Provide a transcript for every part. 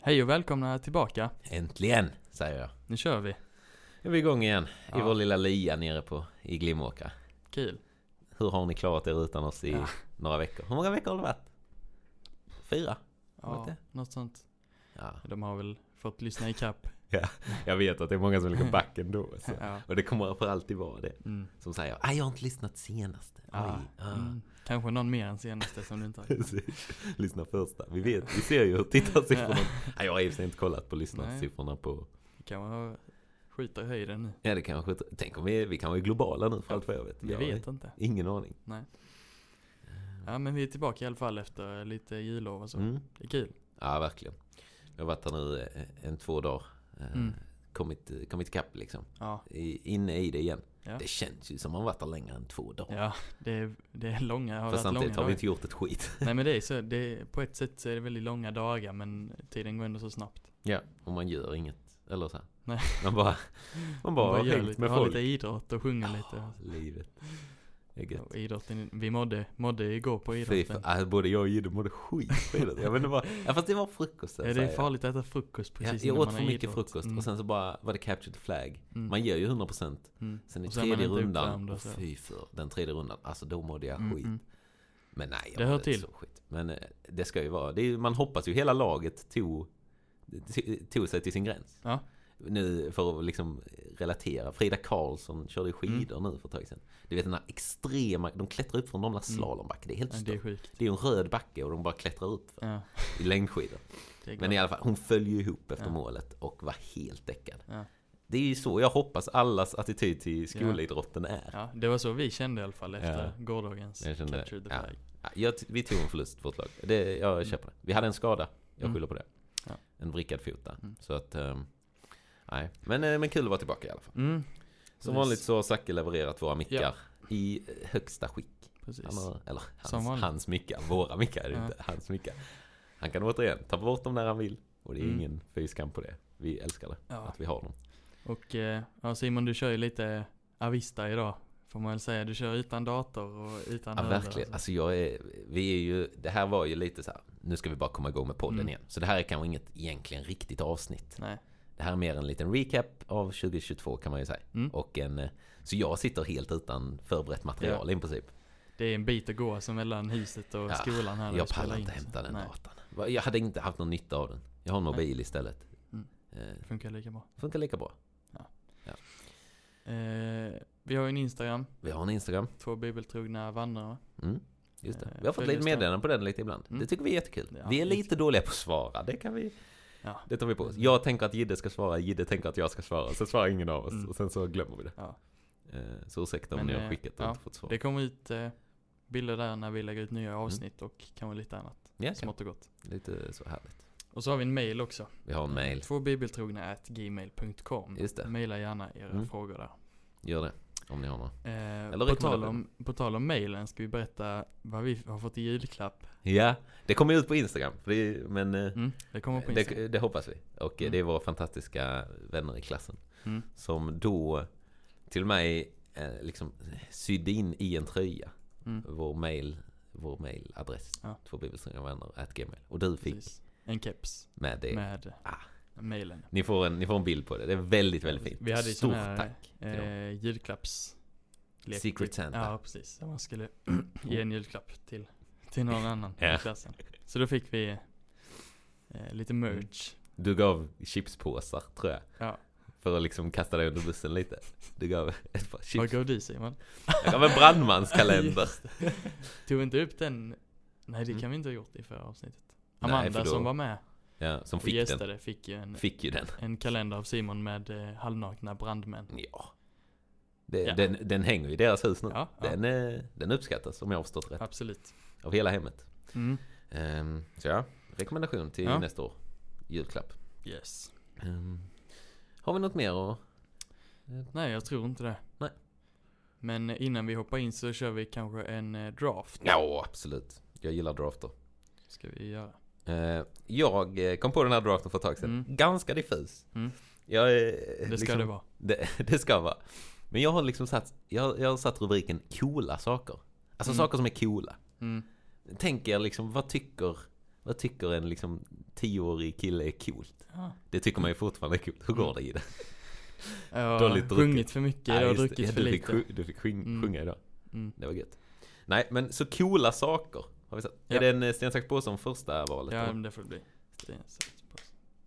Hej och välkomna tillbaka. Äntligen, säger jag. Nu kör vi. Nu är vi igång igen Ja. i vår lilla lia nere i Glimåkra. Kul. Hur har ni klarat er utan oss i några veckor? Hur många veckor har det varit? 4? Ja, något sånt. Ja. De har väl fått lyssna i kapp. Ja, jag vet att det är många som ligger back ändå. Så. Ja. Och det kommer för alltid vara det. Mm. Som säger, jag har inte lyssnat senaste. Ja. Kanske någon mer än senaste som du inte har. Lyssna första. Vi ser ju hur tittarsiffrorna... Jag har i och för sig inte kollat på lyssnarsiffrorna på... Kan man skjuta i höjden nu? Ja, det kan skjuta. Tänk om vi kan vara globala nu för allt vad jag vet. Jag vet inte. Ingen aning. Nej. Ja, men vi är tillbaka i alla fall efter lite jullov och så. Mm. Det är kul. Ja, verkligen. Jag har varit här nu 2 dagar. Kommit ikapp liksom. Ja. Inne i det igen. Ja. Det känns ju som man varit här längre än 2 dagar. Ja, det är långa. Har Fast samtidigt har vi dagar. inte gjort ett skit. Nej, men det är så. På ett sätt så är det väldigt långa dagar, men tiden går ändå så snabbt. Ja, och man gör inget. Eller så här. Nej. Man bara har gör hängt lite, med har folk. lite idrott och sjunger lite. Livet. Det är gött. Och idrotten, vi mådde igår på idrotten. Både jag och Jidde mådde skit på idrotten. Jag vet inte vad. Ja, fast det var frukost. Ja, det är farligt att äta frukost precis jag när åt man för har mycket idrott. frukost. Och sen så bara var det capture the flag. Mm. Man ger ju 100%. Sen i Och så är man tredje inte rundan. uppvärmd och Och så. fy för den tredje rundan. Alltså då mådde jag skit. Men nej, Det jag hör mådde till. inte så skit. Men det ska ju vara. Man hoppas ju hela laget tog sig till sin gräns. Ja. Nu för att liksom relatera. Frida Karlsson körde skidor nu för ett tag sedan. Du vet den här extrema, de klättrar upp från de där slalombacken. Det är helt Ja, stört. det är sjukt. Det är ju en röd backe och de bara klättrar upp i längdskidor. Men i alla fall, hon föll ju ihop efter målet och var helt däckad. Ja. Det är ju så jag hoppas allas attityd till skolidrotten är. Ja, det var så vi kände i alla fall efter gårdagens Capture the Flag. Vi tog en förlust för ett lag. Jag köper det. Vi hade en skada. Jag skyller på det. Ja. En vrickad fot där. Så att, nej. Men kul att vara tillbaka i alla fall. Som vanligt så har Zacke levererat våra mickar i högsta skick. Precis. Hans mickar. Våra mickar är det inte. Hans mickar. Han kan återigen ta bort dem när han vill. Och det är ingen fyskam på det. Vi älskar det. Att vi har dem. Och Simon, du kör ju lite Avista idag. Får man väl säga. Du kör utan dator och utan över. Verkligen. Alltså vi är ju, det här var ju lite så här. Nu ska vi bara komma igång med podden igen. Så det här är kanske inget egentligen riktigt avsnitt. Nej. Det här är mer en liten recap av 2022 kan man ju säga. Och så jag sitter helt utan förberett material i princip. Det är en bit att gå som mellan huset och skolan här. Jag pallar inte hämta den datan. Jag hade inte haft någon nytta av den. Jag har en mobil istället. Funkar lika bra. Funkar lika bra. Ja. Vi har ju en Instagram. 2 bibeltrogna vandrare. Just det. Vi har fått lite meddelanden på den lite ibland. Det tycker vi är jättekul. Ja, vi är lite dåliga på att svara. Det kan vi... Ja. Det tar vi på oss. Jag tänker att Jidde ska svara. Jidde tänker att jag ska svara. Så svarar ingen av oss. Och sen så glömmer vi det. Ja. Så ursäkta om ni har skickat och inte fått svar. Det kommer ut bilder där när vi lägger ut nya avsnitt och kanske lite annat. Smått och gott. Lite så härligt. Och så har vi en mail också. Vi har en mail. 2bibeltrogna@gmail.com. Just det. Maila gärna era frågor där. Gör det. Om ni har några. Eller på tal om mailen ska vi berätta vad vi har fått i julklapp. Ja, det kommer ut på Instagram. Det kommer på Instagram. Det hoppas vi. Och det är våra fantastiska vänner i klassen. Som då till mig liksom sydde in i en tröja. Vår mailadress. 2bibelstrogna@gmail. Och du fick en keps med det. Med mailen. Ni får en bild på det. Det är väldigt, väldigt fint. Vi hade stort tack. Julklapps Secret Santa. Ja, precis. Man skulle ge en julklapp till någon annan i klassen. Så då fick vi lite merch. Du gav chipspåsar, tror jag. Ja. För att liksom kasta dig under bussen lite. Du gav ett par chips. Vad gav du, Simon? Jag gav en brandmanskalender. Tog inte upp den? Nej, det kan vi inte ha gjort i förra avsnittet. Amanda som var med. Ja, som fick gästade, fick ju den. En kalender av Simon med halvnakna brandmän. Ja. Den hänger i deras hus nu. Ja. Den uppskattas, om jag har förstått rätt. Absolut. Av hela hemmet. Så rekommendation till nästa år. Julklapp. Yes. Har vi något mer att... Nej, jag tror inte det. Nej. Men innan vi hoppar in så kör vi kanske en draft. Ja, absolut. Jag gillar drafter. Ska vi göra? Jag kom på den här draften för ett tag sedan. Ganska diffus. Det ska det vara. Det ska vara. Men jag har liksom jag har satt rubriken coola saker. Alltså saker som är coola. Tänker jag liksom, vad tycker Vad tycker en liksom 10-årig kille är coolt? Ja. Det tycker man ju fortfarande är coolt. Hur går det i det? Jag har sjungit för mycket idag och druckit för lite. Du fick sjunga idag. Det var gött. Nej, men så coola saker. Har vi sett. Är det en sten, sax, påse som första valet? Ja, men det får det bli. Sten, sax, påse.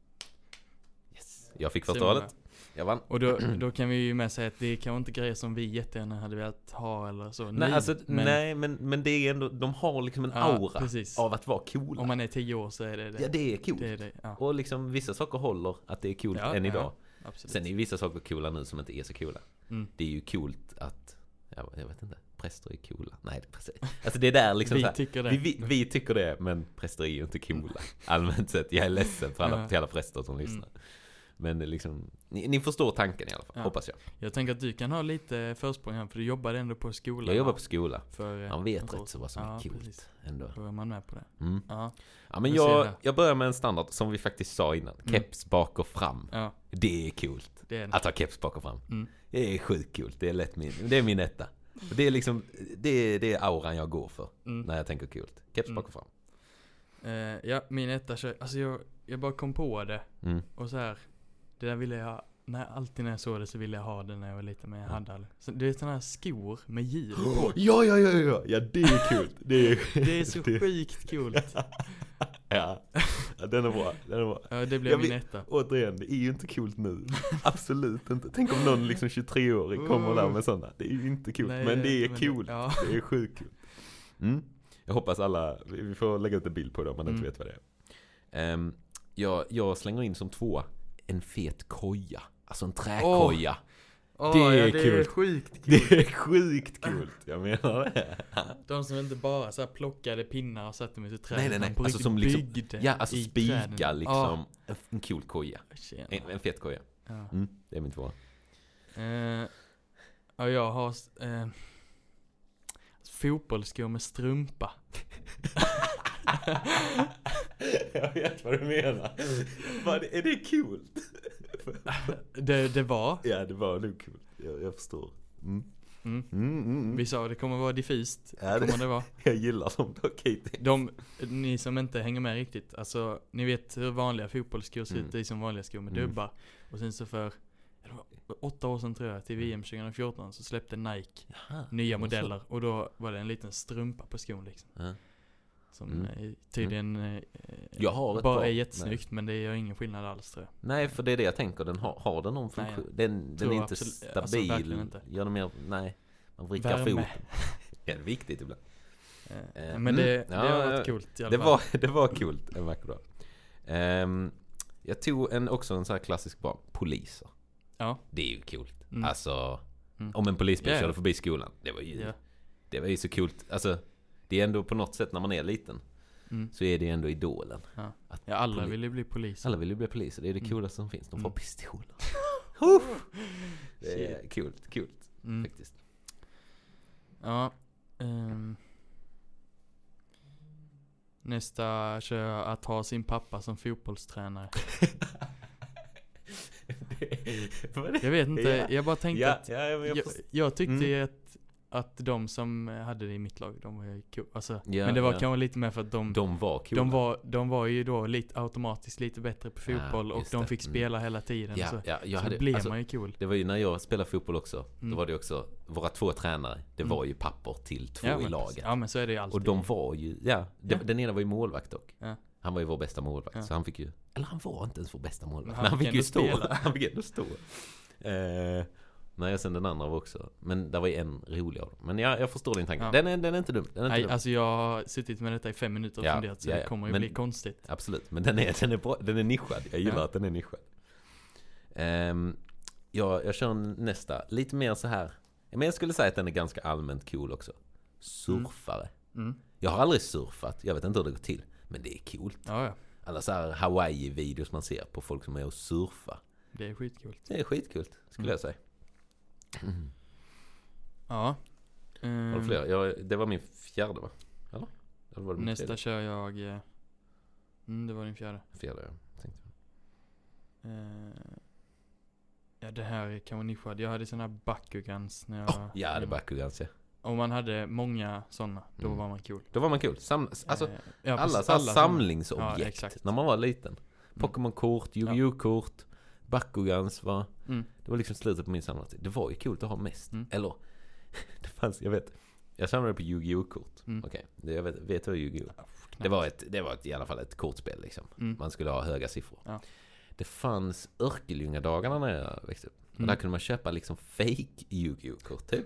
Yes. Jag fick första valet. Jag vann. Och då kan vi ju med säga att det är kanske inte grejer som vi jättegärna hade velat ha eller så. Nej, men det är ändå, de har liksom en aura av att vara coola. Om man är 10 år så är det. Ja, det är coolt. Det, ja. Och liksom vissa saker håller att det är coolt än idag. Absolut. Sen är vissa saker coola nu som inte är så coola. Det är ju coolt att, jag vet inte, präster är coola. Nej, precis. Alltså det är där liksom vi så här, tycker det. Vi tycker det, men präster är ju inte coola. Allmänt sett, jag är ledsen för till alla präster som lyssnar. Men liksom, ni förstår tanken i alla fall, hoppas jag. Jag tänker att du kan ha lite försprång här, för du jobbar ändå på skolan. Jag jobbar på skola. Man vet rätt så vad som är coolt. Precis. Ändå. Då är man med på det. Ja, men jag börjar med en standard som vi faktiskt sa innan. Keps bak och fram. Ja. Det är coolt. Att ha keps bak och fram. Det är sjukt coolt. Det är lätt det är min etta. Det är liksom, det är auran jag går för när jag tänker coolt. Keps bak och fram. Ja, min etta kör. Alltså jag bara kom på det. Och så här. Det där ville jag, alltid när jag såg det så ville jag ha det när jag var liten, men jag hade aldrig. Så det är sådana här skor med hjul på. Ja, det är kul. Det är så sjukt kul. Ja, den är bra. Ja, det blev min etta. Återigen, det är ju inte kul nu. Absolut inte. Tänk om någon liksom 23-årig kommer där med sådana. Det är ju inte kul, men det är kul. Ja. Det är sjukt kul. Jag hoppas alla, vi får lägga ut en bild på det om man inte vet vad det är. Jag slänger in som 2 en fet koja. Alltså en träkoja. Det är kul. Är sjukt kul. Det är sjukt kul. Jag menar det. De som inte bara så här plockade pinnar och satte dem i träd. Nej. Alltså som liksom, alltså spika liksom. En cool koja. En fet koja. Det är min 2. Jag har fotbollsskor med strumpa. Jag vet vad du menar. Är det kul? Det var. Ja, det var nog kul. Jag förstår. Vi sa det kommer vara diffust. Det vara. Jag gillar dem dock. Ni som inte hänger med riktigt. Alltså, ni vet hur vanliga fotbollsskor ser ut. Det är som vanliga skor med dubbar. Och sen så för 8 år sedan tror jag, till VM 2014 så släppte Nike nya modeller. Och då var det en liten strumpa på skon liksom. Som tydligen bara är jättesnyggt, men det gör ingen skillnad alls tror jag. Nej, för det är det jag tänker. Den har den någon funktion? Den är inte stabil. Alltså, inte. Gör det mer, nej. Man vrickar foten. Det är viktigt ibland. Men det har varit coolt i alla fall. Det var coolt en vacker dag. Jag tog också en sån här klassisk barn. Poliser. Ja. Det är ju coolt. Alltså, om en polisbil körde förbi skolan. Det var ju så coolt. Alltså, det är ändå på något sätt när man är liten så är det ändå idolen. Alla vill ju bli poliser. Alla vill ju bli poliser. Det är det coolaste som finns. De får pistoler. Det är kul faktiskt. Ja. Nästa kör jag att ha sin pappa som fotbollstränare. Jag vet inte. Jag bara tänkte att jag tyckte att de som hade det i mitt lag, de var ju cool. Alltså, men det var kanske lite mer för att de var coola. De var ju då automatiskt lite bättre på fotboll och de fick spela hela tiden. Så blev man ju cool. Det var ju när jag spelade fotboll också. Då var det också våra 2 tränare. Det var ju pappor till 2 i laget. Ja, men så är det ju alltid. Och de var ju, den ena var ju målvakt dock. Ja. Han var ju vår bästa målvakt. Så han fick ju, eller han var inte ens vår bästa målvakt. Men han fick ju stå. Han fick ändå stå. Nej, sen den andra var också. Men det var ju en rolig av dem. Men jag förstår din tanke. Den är inte dum. Alltså jag har suttit med detta i 5 minuter och funderat. Så det kommer ju bli konstigt. Absolut, men den är bra. Den är nischad. Jag gillar att den är nischad. Jag kör nästa. Lite mer så här. Men jag skulle säga att den är ganska allmänt cool också. Surfare. Jag har aldrig surfat. Jag vet inte hur det går till. Men det är coolt. Alla så här Hawaii-videos man ser på folk som är och surfa. Det är skitkult. Det är skitkult, skulle jag säga. Ja. Var det fler? Det var min 4:e, va? Eller var det nästa 3:e? Kör jag... det var din 4:e. 4:e, ja. Tänkte ja, det här kan vara nischad. Jag hade såna här Bakugans när jag... det är Bakugans, ja. om man hade många sådana, då var man cool. Då var man cool. Alla samlingsobjekt när man var liten. Pokémon-kort, Yu-Gi-Oh-kort, Bakugans var... Det var liksom slutet på min samlartid. Det var ju kul att ha mest. Eller, det fanns, jag samlade på Yu-Gi-Oh-kort. Okej, jag vet vad Yu-Gi-Oh? Det var i alla fall ett kortspel liksom. Man skulle ha höga siffror. Ja. Det fanns Örkelljungadagarna när jag växte upp. Och där kunde man köpa liksom fake Yu-Gi-Oh-kort typ.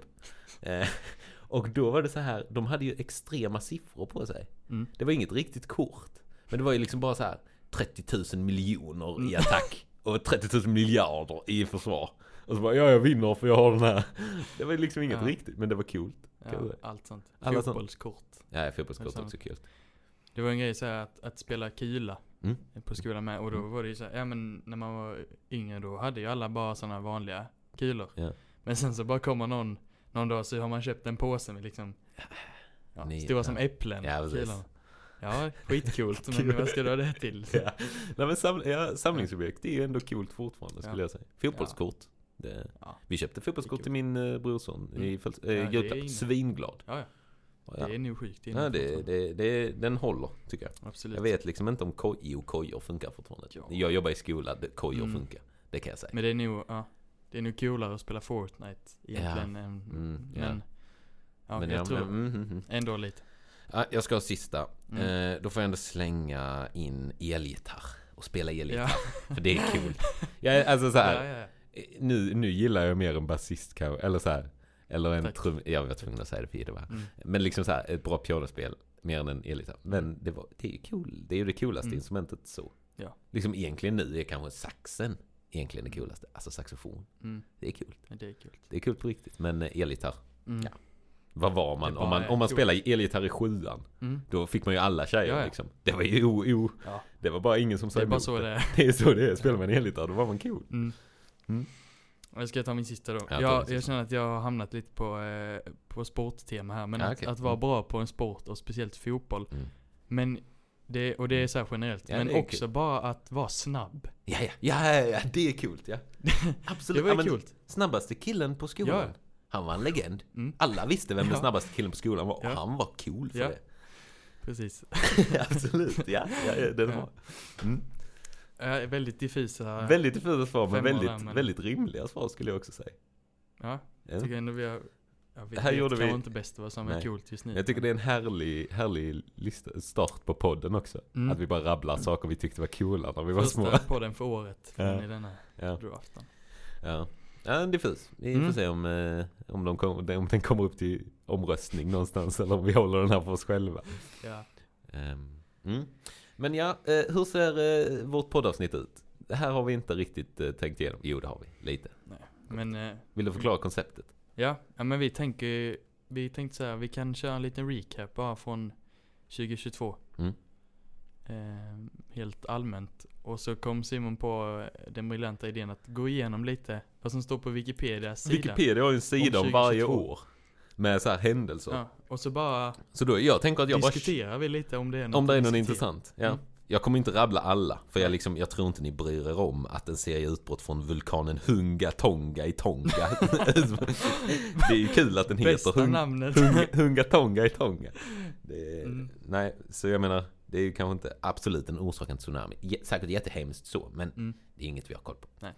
Och då var det så här, de hade ju extrema siffror på sig. Det var inget riktigt kort. Men det var ju liksom bara så här 30 000 miljoner i attack och 30 000 miljarder i försvar. Och så bara, jag vinner för jag har den här. Det var liksom inget riktigt, men det var coolt. Ja, allt sånt. Fotbollskort. Ja, fotbollskort också kul. Det var en grej så här att spela kula på skolan med. Och då var det ju så här, men när man var yngre då hade ju alla bara såna vanliga kulor. Ja. Men sen så bara kommer någon dag så har man köpt en påse med liksom stora som äpplen. Ja, ja, skitcoolt. Men vad ska du ha det till? Ja. Nej, men samlingsobjekt, det är ju ändå coolt fortfarande skulle jag säga. Fotbollskort. Vi köpte fotbollskort till min brorson i svinglad. Ja. Det är nog sjukt. Den håller, tycker jag. Absolut. Jag vet liksom inte om kojor funkar fortfarande. Ja. Jag jobbar i skola, kojor funkar. Det kan jag säga. Men det är nog coolare att spela Fortnite egentligen men jag tror ändå lite. Ja, jag ska ha sista. Då får jag ändå slänga in elgitarr och spela elgitarr. För det är kul. Alltså så här. Nu gillar jag mer en basist eller så här. Eller en jag var tvungen att säga det för det va. Men liksom så här, ett bra pianospel mer än en elgitarr. Men det är ju cool. Det är ju det coolaste instrumentet så. Ja. Liksom egentligen nu är kanske saxen egentligen det coolaste. Alltså saxofon. Det är kul. Det är kul på riktigt. Men elgitarr. Ja. Vad var man? Om man spelar elgitarr i 7:an då fick man ju alla tjejer liksom. Det var ju det var bara ingen som sa emot det. Det är så det är. Spelar man elgitarr då var man cool. Jag ska ta min sista då. Jag känner att jag har hamnat lite på sporttema här. Men att vara bra på en sport och speciellt fotboll. Men det är så här generellt. Men också kul. Bara att vara snabb. Ja, det är kul. Ja. Absolut. Det var kul. Snabbaste killen på skolan. Ja. Han var en legend. Alla visste vem den snabbaste killen på skolan var. Och han var cool för det. Precis. Absolut. Ja, den var. Väldigt diffusa. Väldigt diffusa svar, men väldigt rimliga svar skulle jag också säga. Ja, jag tycker ändå vi har... Här gjorde vi inte bäst vad som är coolt just nu. Jag tycker det är en härlig start på podden också. Att vi bara rabblar saker vi tyckte var coola när vi var små. Första podden för året i denna draften. Ja, en diffus. Vi får se om den kommer upp till omröstning någonstans eller om vi håller den här för oss själva. Ja. Men hur ser vårt poddavsnitt ut? Det här har vi inte riktigt tänkt igenom. Jo, det har vi. Lite. Nej, men, vill du förklara konceptet? Ja, men vi tänkte så här, vi kan köra en liten recap bara från 2022. Helt allmänt. Och så kom Simon på den briljanta idén att gå igenom lite vad som står på Wikipedia-sidan. Wikipedia har ju en sida om varje år. Med så här händelser. Ja, och så bara jag tänker att diskuterar vi lite om det är något. Om det är något intressant. Ja. Jag kommer inte rabbla alla. För jag tror inte ni bryr er om att en serie utbrott från vulkanen Hunga Tonga i Tonga. Det är ju kul att den heter Hunga Tonga i Tonga. Nej, så jag menar, det är ju kanske inte absolut en orsak till tsunami. Säkert jättehemskt så, men det är inget vi har koll på. Nej.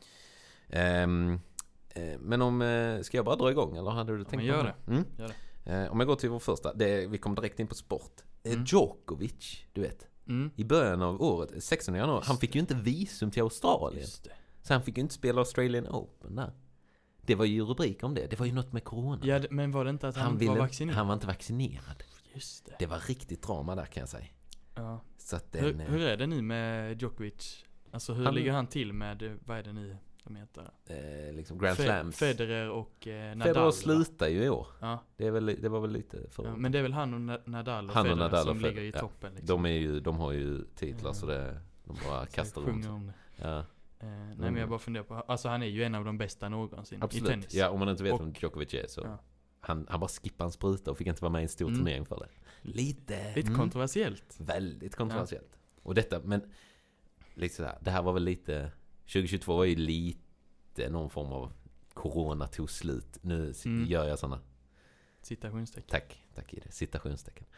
Men ska jag bara dra igång eller hade du tänkt på det? Gör det. Om jag går till vår första, vi kommer direkt in på sport. Djokovic, du vet. I början av året, 16 januari, han fick ju inte visum till Australien. Just det. Så han fick ju inte spela Australian Open där. Det var ju rubrik om det. Det var ju något med corona. Ja, men var det inte att han var vaccinerad? Han var inte vaccinerad. Just det. Det var riktigt drama där kan jag säga. Ja. Så att hur är det nu med Djokovic? Alltså hur ligger han till med, vad är det nu de heter? Liksom Grand Slams. Federer och Nadal. Federer slutar ju i år. Ja. Det var väl lite för... Ja, men det är väl han och Nadal och Federer som ligger i toppen. Liksom. De har ju titlar så de bara kastar runt. Ja. Nej, men jag bara funderar på, alltså han är ju en av de bästa någonsin i tennis. Ja, om man inte vet vem Djokovic är så. Ja. Han bara skippade en spruta och fick inte vara med i en stor turnering för det. Lite kontroversiellt. Väldigt kontroversiellt. Ja. Och detta, men liksom så här, det här var väl lite 2022 var ju lite någon form av corona tog slut. Nu gör jag såna Citationstecken. Tack i det. Citationstecken.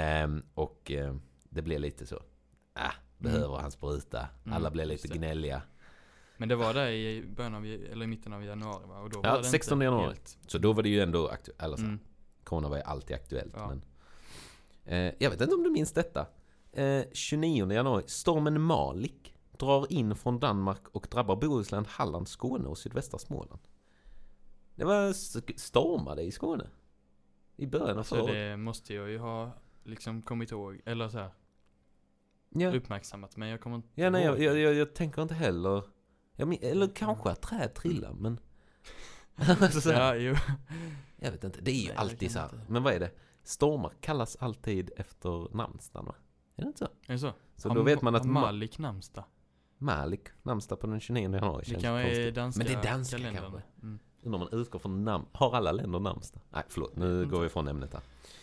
Det blev lite så. Behöver han spruta. Alla blev lite gnälliga. Men det var där i mitten av januari, va? Och då var ja, det 16 januari. Helt... Så då var det ju ändå aktuellt. Corona var ju alltid aktuellt. Ja. Men, jag vet inte om du minns detta. 29 januari. Stormen Malik drar in från Danmark och drabbar Bohuslän, Halland, Skåne och sydvästra Småland. Det var stormade i Skåne. I början av förra året. Det måste jag ju ha liksom kommit ihåg. Eller så här. Uppmärksammat. Men jag kommer inte ihåg. Jag tänker inte heller. Eller kanske att träd trillar. Men jag vet inte. Det är ju alltid så här. Inte. Men vad är det? Stormar kallas alltid efter namnsdagen, va? Är det inte så? Är det så? Så då vet man att Malik namnsdag. Malik namnsdag på den 29 januari. Det kan vara danska. Men det är danska kanske. När man utgår från namn. Har alla länder namnsdag? Nej, förlåt. Nu går vi från ämnet här.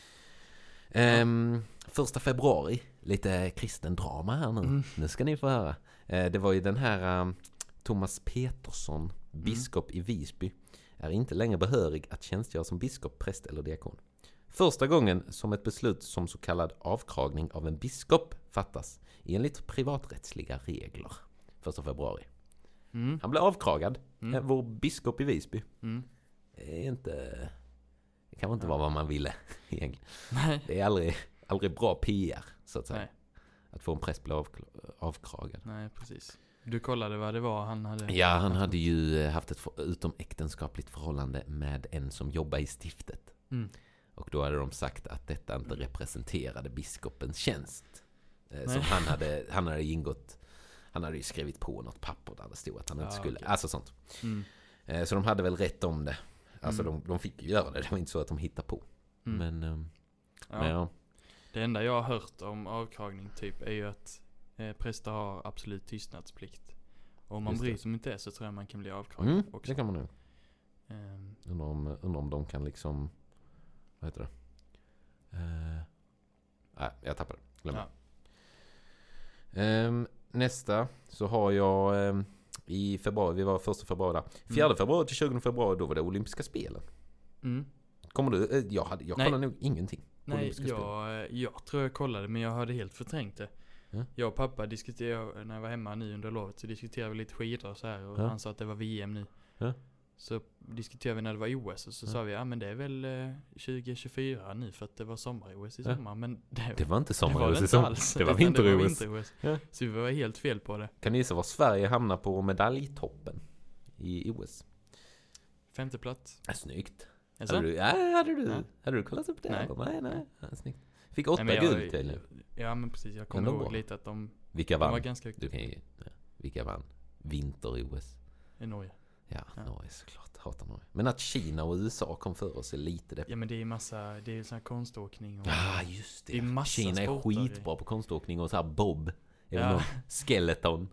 1 februari. Lite kristen drama här nu. Nu ska ni få höra. Det var ju den här Thomas Petersson, biskop i Visby, är inte längre behörig att tjänstgöra som biskop, präst eller diakon. Första gången som ett beslut som så kallad avkragning av en biskop fattas enligt privaträttsliga regler. 1 februari. Han blev avkragad. Vår biskop i Visby. Det kan inte vara vad man ville egentligen. Nej. Det är aldrig bra PR, så att säga. Nej. Att få en präst bli avkragad. Nej, precis. Du kollade vad det var han hade... Ja, han hade ju haft ett utomäktenskapligt förhållande med en som jobbar i stiftet. Och då hade de sagt att detta inte representerade biskopens tjänst. Som han hade ingått. Han hade ju skrivit på något papper där det stod att han inte skulle... Okay. Alltså sånt. Så de hade väl rätt om det. Alltså de fick ju göra det. Det var inte så att de hittade på. Men ja. Det enda jag har hört om avkragning typ är ju att präster har absolut tystnadsplikt. Och om man bryter sig mot det så tror jag man kan bli avkragad också. Det kan man nog. Undrar om de kan liksom... Vad heter det? Nej, jag tappade det. Glöm det. Nästa så har jag i februari, vi var 1 februari där. 4 februari till 20 februari, då var det olympiska spelen. Kommer du? Jag kollade nog ingenting. Nej, jag tror jag kollade, men jag hade helt förträngt det. Jag och pappa diskuterade, när jag var hemma nu under lovet, så diskuterade vi lite skidor och så här. Och han sa att det var VM nu. Så diskuterade vi när det var OS. Och så sa vi, men det är väl 2024 nu, för att det var sommar-OS i sommar. Men det var inte sommar-OS i sommar. Det var vinter-OS. Så vi var helt fel på det. Kan ni gissa var Sverige hamnar på medaljtoppen i OS? 5:e plats. Snyggt. Hade du kollat upp det? Nej. Snyggt. Fick 8 guld till. Ja, men precis. Jag kommer ihåg lite att de var ganska högt. Vilka vann vinter-OS? I Norge. Ja, Norge såklart. Hatar Norge. Men att Kina och USA kom för oss är lite det. Ja, men det är sån här konståkning. Just det. Kina är skitbra på konståkning och så här bob. Skeleton.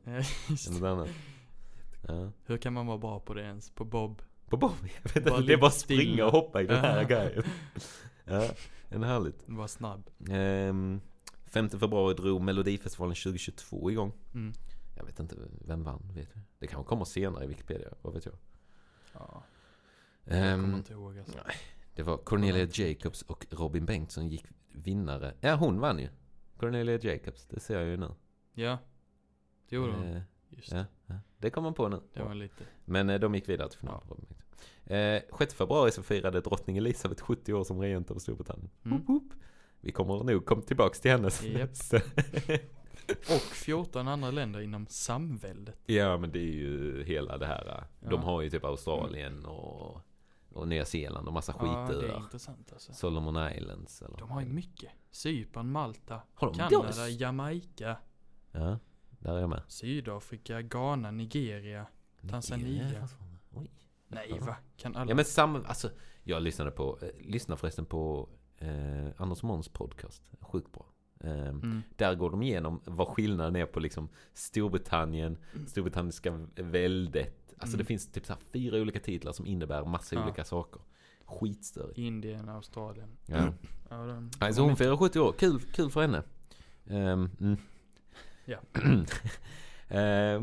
Hur kan man vara bra på det ens? På bob? På bob? Jag vet inte. Det är bara springa och hoppa i den här grejen. En härligt. Var snabb. 5 februari drog Melodifestivalen 2022 igång. Jag vet inte vem vann, vet du. Det kan komma senare i Wikipedia, vad vet jag. Ja. Jag kommer inte ihåg alltså. Det var Cornelia Jacobs och Robin Bengtsson gick vinnare. Ja, hon vann ju. Cornelia Jacobs, det ser jag ju nu. Ja. Det gjorde hon. Just det. Ja. Det kom man på nu. Det var lite. Men de gick vidare till final. Ja. 6 februari så firade drottning Elisabeth 70 år som regent av Storbritannien. Vi kommer nog komma tillbaka till hennes. Yep. Och 14 andra länder inom samväldet. Ja, men det är ju hela det här. De har ju typ Australien och Nya Zeeland och massa skit det är intressant alltså. Solomon Islands. Eller? De har ju mycket. Cypern, Malta, Kanada, Jamaica. Ja, där är jag med. Sydafrika, Ghana, Nigeria, Tanzania. Oj. Nej, va? Kan alla... Ja, men alltså, jag lyssnar förresten på Anders Måns podcast. Sjukt bra. Där går de igenom vad skillnaden är på liksom Storbritanniska väldet. Alltså det finns typ så här 4 olika titlar som innebär massa olika saker. Skitstörigt. Indien, Australien. Ja. Så hon firar 70 år. Kul för henne. Ja.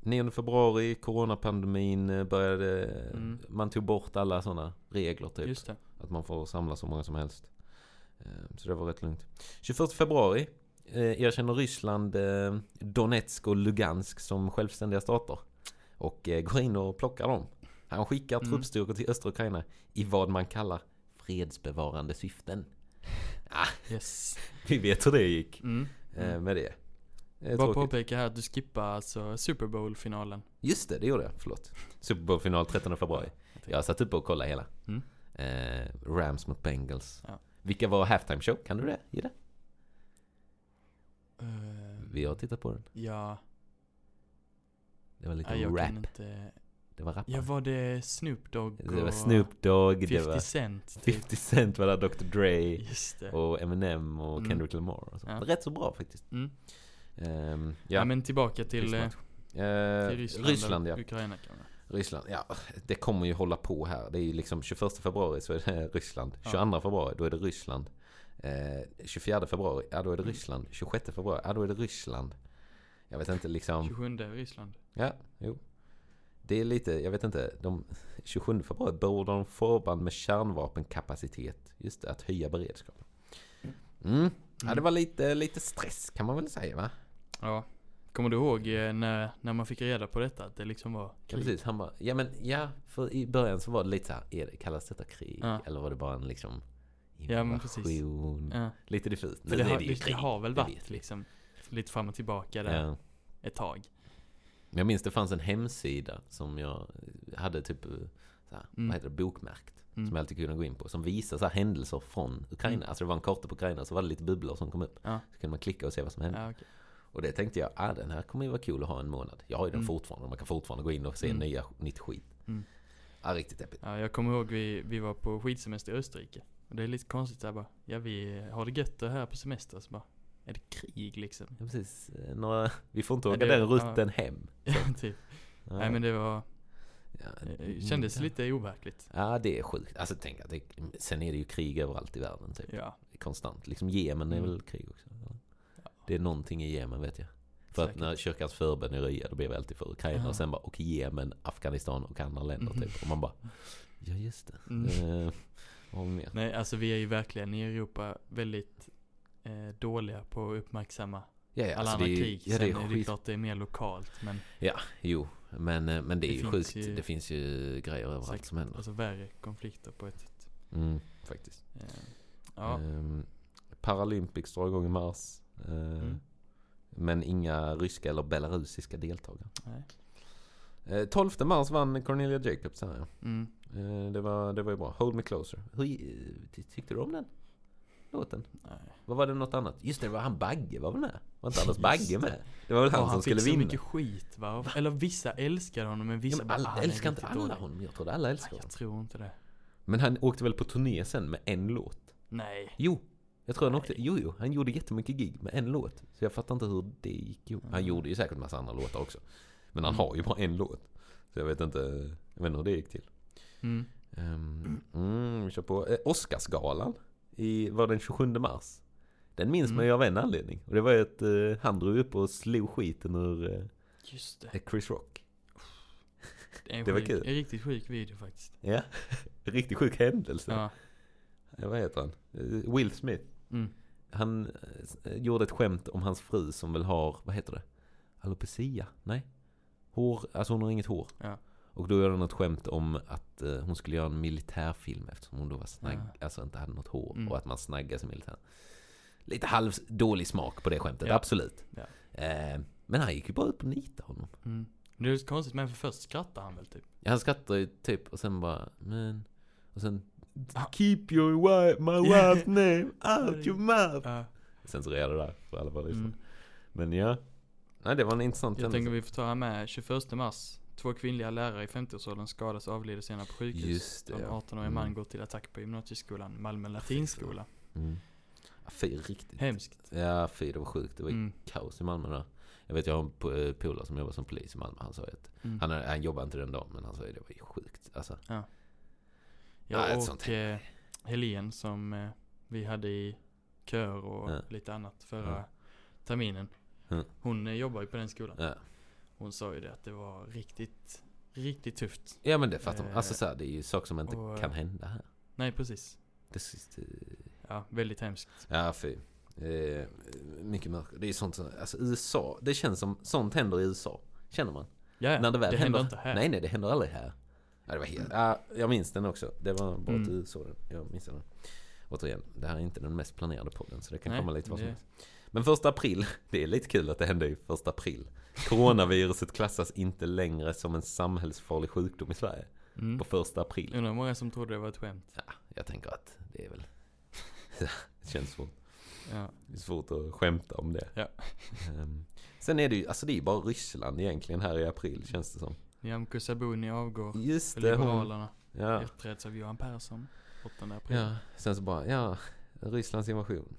9 februari, coronapandemin började. Man tog bort alla sådana regler typ. Just det. Att man får samla så många som helst. Så det var rätt lugnt. 21 februari erkänner Ryssland Donetsk och Lugansk som självständiga stater. Och går in och plockar dem. Han skickar truppstyrkor till östra Ukraina i vad man kallar fredsbevarande syften. Yes. Vi vet hur det gick med det. Bara påpeka här att du skippar alltså Super Bowl-finalen. Just det gjorde jag. Förlåt. Super Bowl-final 13 februari. Jag satt upp och kollade hela. Rams mot Bengals. Ja. Vilka var halftime show? Kan du det? Ge det? Vi har tittat på den. Ja. Det var lite rap. Inte... Det var rap. Ja, var det Snoop Dogg och... Det var Snoop Dogg. 50 Cent. 50 Cent var där, Dr. Dre. Just det. Och Eminem och Kendrick Lamar. Och så. Ja. Rätt så bra faktiskt. Ja, men tillbaka till Ryssland ja. Ukraina kan man. Ryssland, ja, det kommer ju hålla på här. Det är ju liksom 21 februari så är det Ryssland. 22 februari, då är det Ryssland. 24 februari, ja då är det Ryssland. 26 februari, ja då är det Ryssland. Jag vet inte liksom... 27 Ryssland. Ja, jo. Det är lite, jag vet inte, 27 februari borde de förband med kärnvapenkapacitet. Just det, att höja beredskapen. Ja, det var lite stress kan man väl säga, va? Ja. Kommer du ihåg när man fick reda på detta att det liksom var krig? Ja, precis, han bara, för i början så var det lite så här, kallas detta krig? Ja. Eller var det bara en liksom invasion? Ja. Lite diffust. För det har väl varit liksom lite fram och tillbaka där ett tag. Men jag minns det fanns en hemsida som jag hade typ så här, vad heter det, bokmärkt. Som jag alltid kunde gå in på. Som visar så här händelser från Ukraina. Alltså det var en karta på Ukraina så var det lite bubblor som kom upp. Ja. Så kunde man klicka och se vad som hände. Ja, okay. Och det tänkte jag, den här kommer ju vara kul att ha en månad. Jag har ju den fortfarande. Man kan fortfarande gå in och se nytt skit. Ja, riktigt deppigt. Ja, jag kommer ihåg vi var på skidsemester i Österrike. Och det är lite konstigt där bara. Ja, vi har det gött här på semester. Så bara, är det krig liksom? Ja, precis. Vi får inte åka den rutten hem. Ja, typ. Ja. Nej, men det var... det kändes lite overkligt. Ja, det är sjukt. Alltså tänk att sen är det ju krig överallt i världen typ. Ja. Konstant. Liksom Jemen är väl krig också. Ja. Det är någonting i Jemen vet jag. För att när kyrkans förbön är röja då blir vi alltid för Ukraina och sen bara och Jemen, Afghanistan och andra länder typ. Och man bara, ja just det. Nej, alltså vi är ju verkligen i Europa väldigt dåliga på att uppmärksamma alla andra krig. Ja, sen är det klart det är mer lokalt. Men ja, jo. Men det är ju sjukt. Det finns ju grejer överallt som händer. Alltså värre konflikter på ett sätt. Faktiskt. Ja. Paralympics drar igång i mars. Men inga ryska eller belarusiska deltagare. Nej. 12 mars vann Cornelia Jacobs här. Det var ju bra. Hold Me Closer. Hur tyckte du om den låten? Nej. Vad var det något annat? Just det var han Bagge var väl med? Var inte Anders Bagge med? Det var väl han som skulle vinna. Han fick så mycket skit va? Eller vissa älskar honom men vissa älskar inte alla honom. Jag trodde alla älskar honom. Jag tror inte det. Men han åkte väl på turné sen med en låt? Nej. Jo. Jag tror han åkte. Jo. Han gjorde jättemycket gig med en låt. Så jag fattar inte hur det gick. Han gjorde ju säkert massa andra låtar också. Men han har ju bara en låt. Så jag vet inte hur det gick till. Vi kör på Oscarsgalan. Var den 27 mars. Den minns man ju av en anledning. Och det var ju att han drog upp och slog skiten ur Chris Rock. Det var kul. En riktigt sjuk video faktiskt. Ja, en riktigt sjuk händelse. Ja. Vad heter han? Will Smith. Han gjorde ett skämt om hans fru som väl har, vad heter det? Alopecia? Nej. Hår, alltså hon har inget hår. Ja. Och då gjorde han ett skämt om att hon skulle göra en militärfilm eftersom hon då var alltså inte hade något hår och att man snaggar sig militär. Lite dålig smak på det skämtet, absolut. Ja. Men han gick ju bara upp och nita honom. Det är konstigt, men för först skrattade han väl typ. Ja, han skrattade ju typ och sen bara, och sen keep my wife's name out your mouth. Sen så reade det där för alla bara lyssnade. Men ja, nej det var en intressant händelse. Jag tänker vi får ta med 21 mars. 2 kvinnliga lärare i 50-årsåldern skadas och avlider senare på sjukhus. Just det, en 18-årig man går till attack på gymnasieskolan Malmö latinskola. Riktigt hemskt. Ja, det var sjukt. Det var kaos i Malmö där. Jag vet, jag har en polare som jobbar som polis i Malmö. Han sa att han jobbar inte den dagen, men han sa att det var ju sjukt. Alltså. Ja, och Helen som vi hade i kör och lite annat förra terminen. Hon jobbar ju på den skolan. Ja. hon sa ju det att det var riktigt, riktigt tufft. Ja, men det fattar man. Alltså så här, det är ju saker som inte kan hända här. Nej, precis. Ja, väldigt hemskt. Ja, fy. Mycket mörkt. Det är sånt som, alltså USA, det känns som sånt händer i USA. Känner man? Ja, när det väl händer inte här. Nej, det händer aldrig här. Ja, det var helt, jag minns den också. Det var bara att du såg den. Jag minns den. Återigen, det här är inte den mest planerade podden, så det kan komma lite vad som helst. Men 1 april, det är lite kul att det hände i 1 april. Coronaviruset klassas inte längre som en samhällsfarlig sjukdom i Sverige. På 1 april. Undrar många som trodde det var ett skämt. Ja, jag tänker att det är väl det känns svårt. Ja. Det är svårt att skämta om det. Ja. Sen är det ju, alltså det är ju bara Ryssland egentligen här i april, känns det som. Nyamko Sabuni avgår. Just det, Liberalerna. Ja. Efterträds av Johan Persson 8 april. Ja, sen så bara, Rysslands invasion.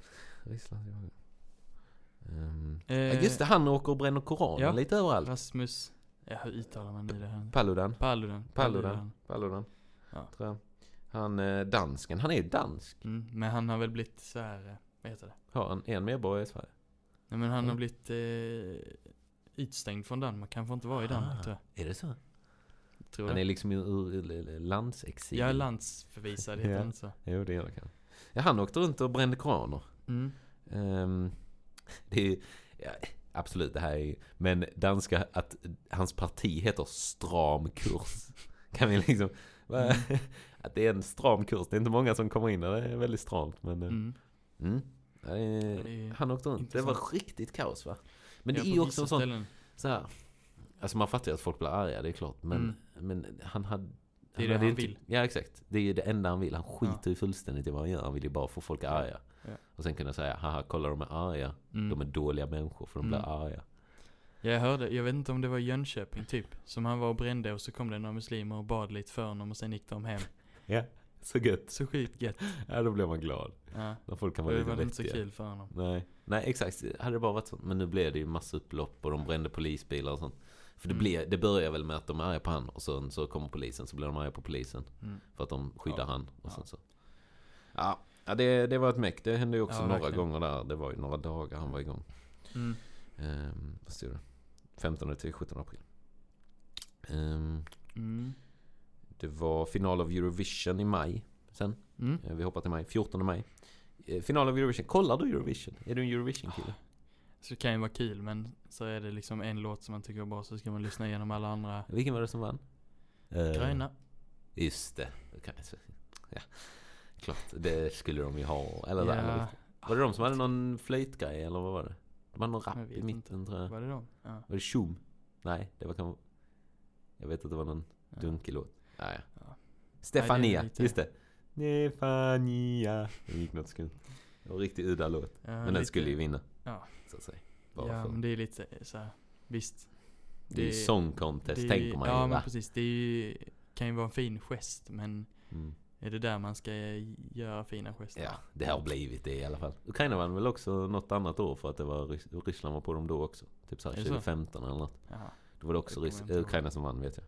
Just det, han åker och bränner Koranen lite överallt. Rasmus, hur uttalar man det här? Paludan. Ja. Tror jag. Han dansken, han är ju dansk. Men han har väl blivit så här, vad heter det? Har han en medborgare i Sverige? Nej, men han har blivit utstängd från Danmark. Han får inte vara i Danmark, tror jag. Är det så? Tror han är liksom ur landsexil. Ja, landsförvisad heter han så. Jo, det gör det. Ja, han åkte runt och brände koraner. Det är absolut det här är, men danska, att hans parti heter Stram kurs. Kan vi liksom att det är en stram kurs. Det är inte många som kommer in där. Det är väldigt stramt, men han åkte runt. Intressant. Det var riktigt kaos, va? Men det är ju också så här, alltså man fattar ju att folk blir arga, det är klart, men han hade det är det han vill. Ja, exakt. Det är ju det enda han vill. Han skiter ju fullständigt i vad han gör. Han vill ju bara få folk arga. Ja. Och sen kunna säga, haha, kolla, de är arga. De är dåliga människor för de blir arga. Jag hörde, jag vet inte om det var Jönköping typ, som han var och brände, och så kom det några muslimer och bad lite för honom och sen gick de hem. Ja, så gött. Så skitgött. Ja, då blev man glad. Ja. När folk kan vara lite vettiga. Det var inte så kul för honom. Nej, exakt. Hade det bara varit sånt. Men nu blev det ju massa upplopp och de brände polisbilar och sånt. För det börjar väl med att de är arga på han, och så kommer polisen, så blir de arga på polisen för att de skyddar han. Och sen så. Ja, det var ett meck. Det hände ju också några gånger där. Det var ju några dagar han var igång. Vad stod det? 15 till 17 april. Det var final av Eurovision i maj. Sen. Vi hoppar till maj. 14 maj. Final av Eurovision. Kollar du Eurovision? Är du en Eurovision-kille? Så det kan ju vara kul, men så är det liksom en låt som man tycker är bra, så ska man lyssna igenom alla andra. Vilken var det som vann? Gröna. Just det. Ja. Klart, det skulle de ju ha. Eller där. Var det de som hade någon flöjtgrej, eller vad var det? De hade någon rap i mitten, tror jag. Var det de? Ja. Var det Shum? Nej, det var kanske... Jag vet att det var någon dunkig låt. Ja. Stefania, just det. Stefania. Det gick något skumt. Det var en riktigt udda låt. Men den skulle ju vinna. Ja. Så att säga. Men det är lite så här, visst. Det är song contest, tänker man ju. Ja, men precis. Det kan ju vara en fin gest, men är det där man ska göra fina gester? Ja, det har blivit det i alla fall. Ukraina vann väl också något annat år, för att det var Ryssland var på dem då också. Typ så här 2015 eller något. Jaha. Då var det också Ukraina som vann, vet jag.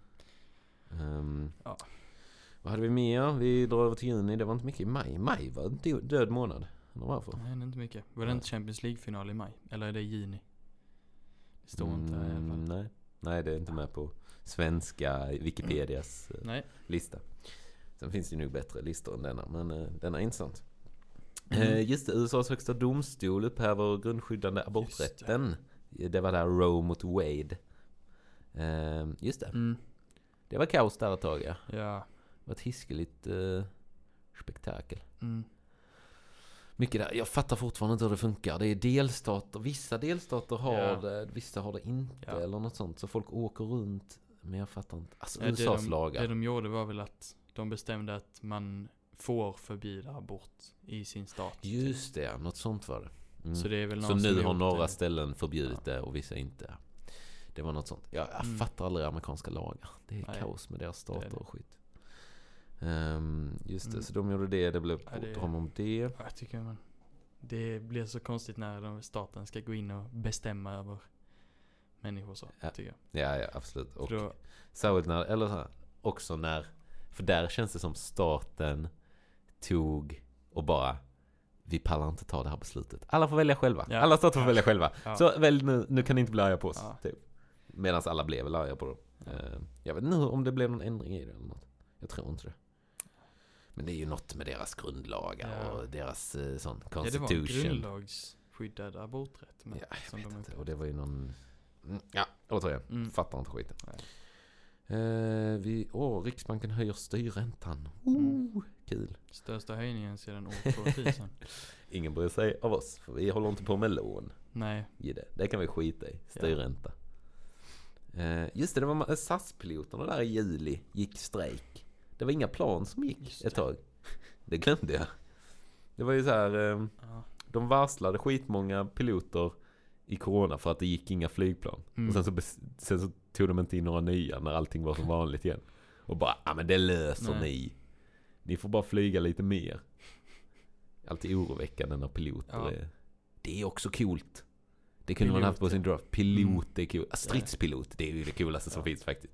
Vad hade vi mer? Vi drar över till juni. Det var inte mycket i maj. Maj var en död månad. Varför? Nej, inte mycket. Var det inte Champions League-final i maj? Eller är det juni? Det står inte här i alla fall. Nej, det är inte med på svenska Wikipedias lista. Sen finns det ju nog bättre listor än denna, men denna är intressant. Just det, USAs högsta domstol upphäver grundskyddande aborträtten. Det var där Roe mot Wade. Just det. Det var kaos där ett tag, ja. Det var ett hiskeligt spektakel. Mycket där. Jag fattar fortfarande inte hur det funkar. Det är delstater. Vissa delstater har det, vissa har det inte, eller något sånt. Så folk åker runt, men jag fattar inte. Alltså USAs lagar. Det de gjorde var väl att de bestämde att man får förbjuda abort i sin stat. Just det, något sånt var det. Så det är väl så nu har några ställen förbjudit det och vissa inte. Det var något sånt. Jag fattar aldrig amerikanska lagar. Det är kaos med deras stater och skit. Just det, så de gjorde det blev återkom om det. Jag tycker det blir så konstigt när staten ska gå in och bestämma över människor, så tycker jag. Ja, absolut. Och särskilt när, eller så här, också när, för där känns det som staten tog och bara, vi pallar inte ta det här beslutet. Alla får välja själva. Alla stater får välja själva. Så väl nu kan ni inte bli arga på oss. Typ. Medan alla blev väl arga på dem. Jag vet inte om det blev någon ändring i det eller något. Jag tror inte det. Men det är ju något med deras grundlagar och deras sån constitution. Ja, det var grundlagsskyddad aborträtt. Ja, jag vet inte. Och det var ju någon... Ja, återigen. Fattar inte skiten. Riksbanken höjer styrräntan. Kul. Största höjningen sedan år 2000. Ingen bryr sig av oss, för vi håller inte på med lån. Nej. Det kan vi skita i. Styrränta. Just det var SAS-piloterna där i juli gick strejk. Det var inga plan som gick ett tag. Det glömde jag. Det var ju så här... De varslade skitmånga piloter i corona för att det gick inga flygplan. Och sen så tog de inte in några nya när allting var som vanligt igen. Och bara, men det löser ni. Ni får bara flyga lite mer. Alltid oroväckande när piloter är... Det är också coolt. Det kunde man haft på sin draft. Pilot är kul. Stridspilot, det är ju det coolaste som finns faktiskt.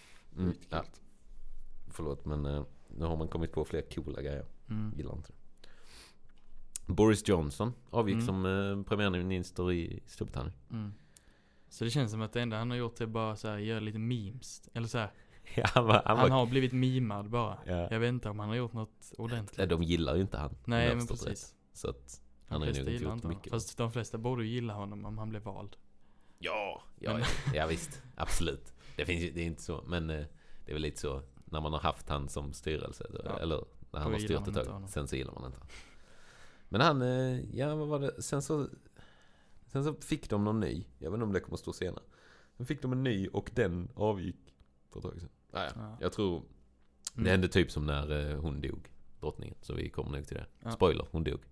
Förlåt, men nu har man kommit på fler coola grejer. Gillar inte det. Boris Johnson avgick som premiärminister i Storbritannien. Så det känns som att det enda han har gjort är bara så här, göra lite memes. Eller så här. Ja, han har blivit mimad bara. Ja. Jag vet inte om han har gjort något ordentligt. De gillar ju inte han. Nej, men precis. Så att han har ju nog inte gjort mycket. Fast de flesta borde ju gilla honom om han blev vald. Ja, visst. Absolut. Det är inte så. Men det är väl lite så när man har haft han som styrelse. Eller när han har styrt ett tag. Sen så gillar man inte. Men han, vad var det? Sen så fick de någon ny. Jag vet inte om det kommer att stå senare. Sen fick de en ny och den avgick för ett tag sedan. Jag tror det hände typ som när hon dog, drottningen. Så vi kommer nog till det. Spoiler, hon dog.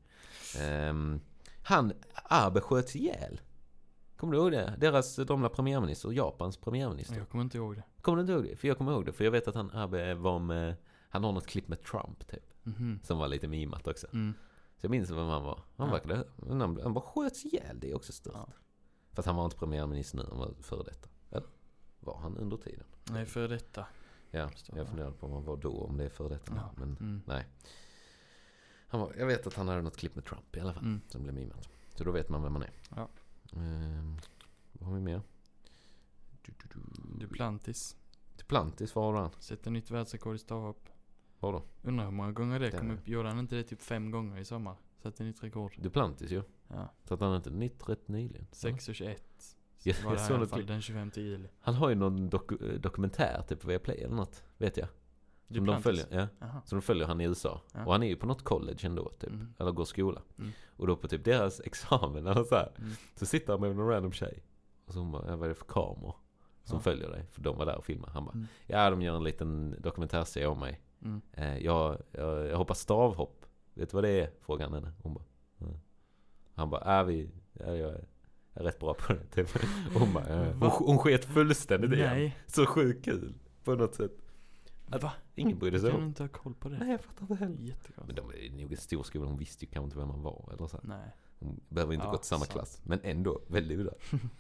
Abe sköts ihjäl. Kommer du ihåg det? Deras gamla premiärminister, Japans premiärminister. Jag kommer inte ihåg det. Kommer du inte ihåg det? För jag kommer ihåg det. För jag vet att Abe var med... Han har något klipp med Trump typ. Som var lite mimat också. Så jag minns vem han var. Han bara sköts ihjäl, det är också stört. För att han var inte premiärminister nu, han var före detta. Eller var han under tiden? Nej, före detta. Ja, jag funderade på om han var då, om det är före detta. Men nej. Jag vet att han hade något klipp med Trump i alla fall, som blev mimat. Så då vet man vem man är. Ja. Vad har vi mer? Duplantis, vad har han? sätter nytt världsrekord i stavhopp. Vad då? Undrar hur många gånger det kom upp. Gjorde han inte det typ 5 gånger i sommar? Sätter nytt rekord. Duplantis ju. Ja. Så att han inte nytt rätt nyligen. 6:21. Var det här i alla fall den 25 juli. Han har ju någon dokumentär typ på Viaplay eller något, vet jag. Som de följer, som de följer han i USA. Och han är ju på något college ändå typ. Eller går skola. Och då på typ deras examen eller så här, så sitter han med någon random tjej. Och så hon bara, vad är det för kameror som följer dig? För de var där och filmade. Han bara, de gör en liten dokumentärserie om mig. Jag hoppar stavhopp. Vet du vad det är? Frågar han henne. Hon bara, han bara, jag är rätt bra på det typ. Hon bara, hon sket fullständigt igen. Så sjukt kul på något sätt. Va? Ingen brydde sig om. Jag kan inte ha koll på det. Nej, jag fattar inte heller. Jättekul. Men de är nog en stor skola. Hon visste ju kanske inte vem man var eller så. Nej. Hon behöver inte gå till samma klass. Men ändå, väldigt udda.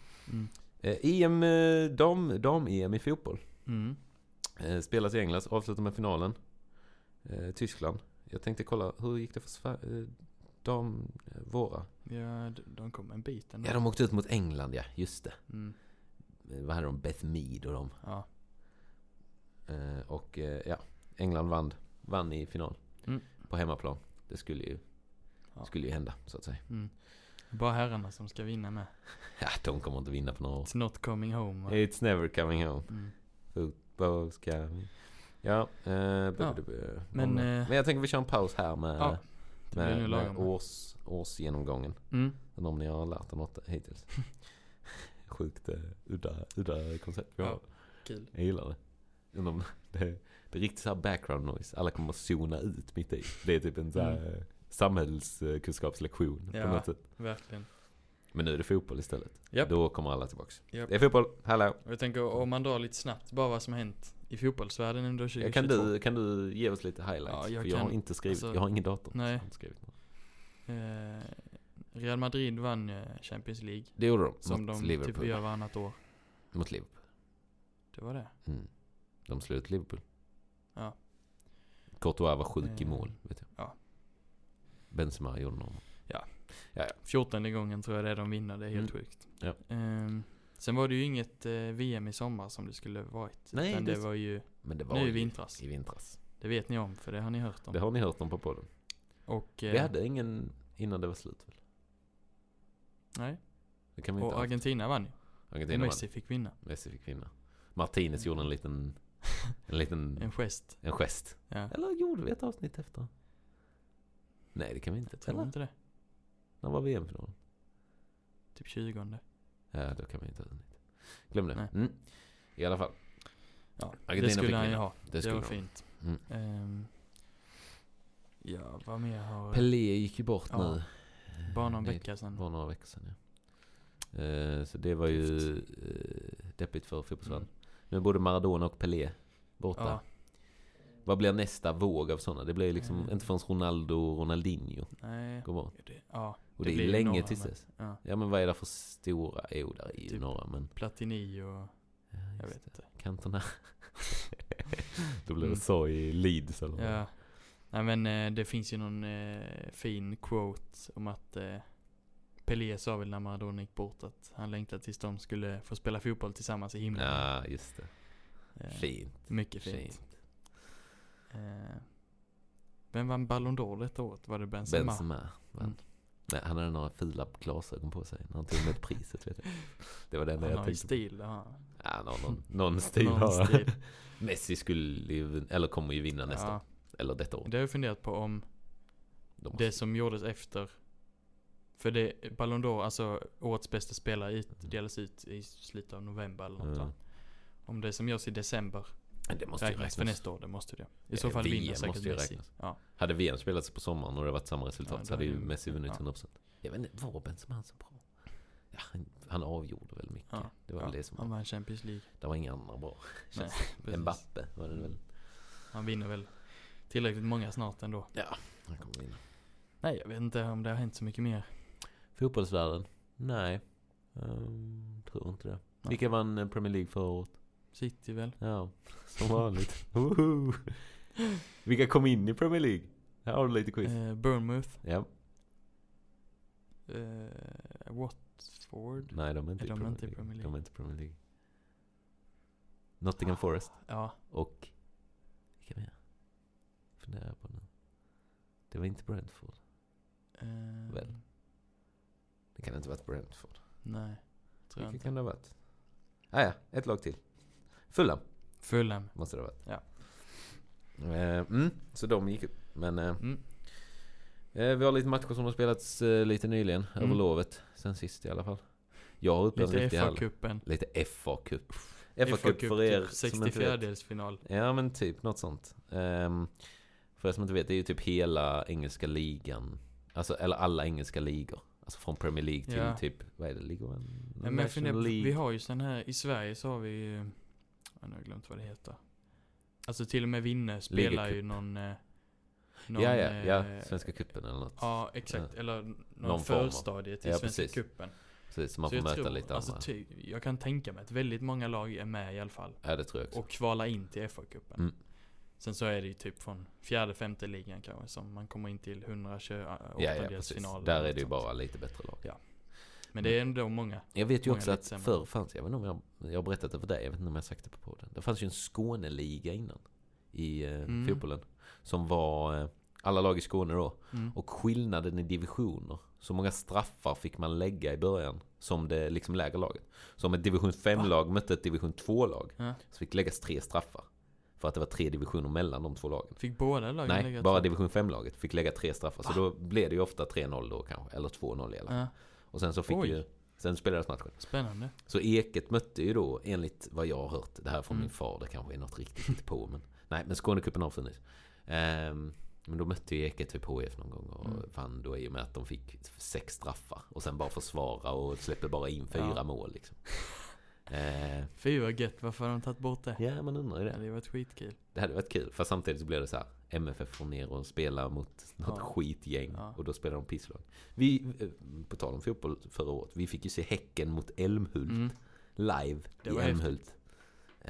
Dam-EM i fotboll. Spelas i England, avslutar med finalen. Tyskland. Jag tänkte kolla, hur gick det för våra? Ja, de kom en bit ändå. Ja, de åkte ut mot England, ja, just det. Vad hade de? Beth Mead och dem. Ja. Och England vann i final. På hemmaplan. Det skulle ju hända, så att säga. Bara herrarna som ska vinna med. Ja, de kommer inte vinna på några år. It's not coming home. It's never coming home. Fotboll ska... Ja. Men jag tänker vi kör en paus här med årsgenomgången. Om ni har lärt er något hittills. Sjukt udda koncept. Ja, kul. Jag gillar det. Det är riktigt så här background noise. Alla kommer att zona ut mitt i. Det är typ en så här samhällskunskapslektion på något sätt. Verkligen. Men nu är det fotboll istället. Yep. Då kommer alla tillbaks. Yep. Det är fotboll. Hallå. Jag tänker om man drar lite snabbt bara vad som har hänt i fotbollsvärlden under 2022. Kan du ge oss lite highlights? Jag har inte skrivit. Jag har ingen dator. Nej. Jag har inte skrivit något. Real Madrid vann Champions League. Det gjorde de. Som de Liverpool. Typ gör varannat år. Mot Liverpool. Det var det. De slog ut Liverpool. Ja. Courtois var sjuk i mål, vet jag. Ja. Benzema gjorde någon. Ja. 14:e gången tror jag det är de vinner. Det är helt sjukt. Ja. Sen var det ju inget VM i sommar som det skulle varit. Nej, utan det var ju nu i vintras. I vintras. Det vet ni om, för det har ni hört om. Det har ni hört om på podden. Och, vi hade ingen innan det var slut väl? Nej. Det kan vi inte och Argentina vann ju. Argentina Messi fick vinna. Messi fick vinna. Martinez gjorde en liten en gest. En gest. Ja. Eller gjorde vi ett avsnitt efter? Nej, det kan vi inte. Jag tror inte det. När var VM-finalen? Typ 20. Ja, då kan vi inte. Glöm det. I alla fall. Ja, Argentina det skulle han ju ha. Det var fint. Ja, vad mer har... Pelé gick ju bort nu. Bara någon vecka sedan. Bara några veckor sedan, ja. Så det var ju deppigt för fotbollsvärlden. Nu är både Maradona och Pelé borta. Ja. Vad blir nästa våg av sådana? Det blir liksom inte förrän Ronaldo och Ronaldinho går bort. Och det är länge tills dess. Ja, men vad är det för stora? Jo, där är ju typ några, men... Platini och... jag vet inte. Kanterna. Då blir det så i Leeds eller ja. Nej, men det finns ju någon fin quote om att Pelé sa väl när Maradona gick bort att han längtade tills de skulle få spela fotboll tillsammans i himlen. Ja, just det. Fint. Mycket fint. Vem vann Ballon d'Or detta året? Var det Benzema? Nej, han hade några fula glasögon på sig när han tog med priset, vet jag. Det var det enda jag tänkte. Stil, ja, någon stil har han. Messi skulle ju, eller kommer ju vinna nästa. Eller detta år. Det har jag funderat på om det som gjordes efter. För det Ballon d'Or, alltså årets bästa spelare delas ut i slutet av november eller något. Om det som görs i december det måste ju räknas för nästa år, det måste det. I så fall vinner säkert Messi. Ja. Hade VM spelats på sommaren och det varit samma resultat så hade ju Messi vunnit 100%. Jag vet inte, var Benzema så bra? Ja, han avgjorde väl mycket. Det var väl det som han vann Champions League. Det var inga andra bra. Mbappe var det väl. Han vinner väl tillräckligt många snart ändå. Ja, han kommer vinna. Nej, jag vet inte om det har hänt så mycket mer. Fotbollsvärlden? Nej. Tror inte det. Vilka vann Premier League förra året? City väl? Ja, som vanligt. Vilka kom in i Premier League? Här har du lite quiz. Bournemouth. Ja. Watford. Nej, de är inte i Premier League. De är inte i Premier League. Nottingham Forest. Ja. Och vilka mer? Funderar på nu. Det var inte Brentford. Väl. Det kan inte ha varit Brentford. Nej, tror jag inte. Vilka kan det ha varit? Ja, ett lag till. Fulham. Måste det ha varit. Ja. Så de gick upp. Men vi har lite matcher som har spelats lite nyligen. Över lovet. Sen sist i alla fall. Jag har upplevt lite FA-cupen. Lite FA-cup. FA-cup för er typ 64-delsfinal. Ja, men typ något sånt. För er som inte vet, det är ju typ hela engelska ligan. Alltså, eller alla engelska ligor. Alltså från Premier League till typ, vad är det? National League. Vi har ju sån här, i Sverige så har vi jag har glömt vad det heter. Alltså till och med Vinne spelar ju någon Svenska cupen eller något. Ja, exakt. Eller någon förstadie till Svenska cupen. Precis, så man får möta lite andra. Alltså, jag kan tänka mig att väldigt många lag är med i alla fall. Ja, det tror jag också. Och kvala in till FA-cupen. Sen så är det ju typ från 4-5 ligan kanske som man kommer in till 128-delsfinal. Där är det ju bara lite bättre lag. Ja. Men det är ändå många. Jag vet ju också att förr fanns, jag vet inte om jag har berättat det för dig, jag vet inte om jag har sagt det på podden. Det fanns ju en Skåneliga innan i fotbollen som var alla lag i Skåne då. Och skillnaden i divisioner, så många straffar fick man lägga i början som det liksom lägre laget. Så om ett division 5-lag mötte ett division 2-lag så fick läggas 3 straffar. För att det var 3 divisioner mellan de 2 lagen. Fick båda lagen lägga? Nej, bara division 5-laget fick lägga 3 straffar. Så då blev det ju ofta 3-0 då kanske. Eller 2-0 i alla fall. Och sen så fick ju... Sen spelades matchen. Spännande. Så Eket mötte ju då, enligt vad jag har hört, det här från min far, det kanske är något riktigt på. Men Skånecupen har funnits. Men då mötte ju Eket typ HF någon gång och vann då i och med att de fick 6 straffar. Och sen bara försvara och släppte bara in 4 mål liksom. Fy vad gött, varför har de tagit bort det? Ja, man undrar ju det. Det hade varit skitkul. Det hade varit kul, för samtidigt så blev det så här: MFF får ner och spela mot något skitgäng och då spelar de pisslag. Vi, på tal om fotboll förra året, vi fick ju se Häcken mot Älmhult live i Älmhult.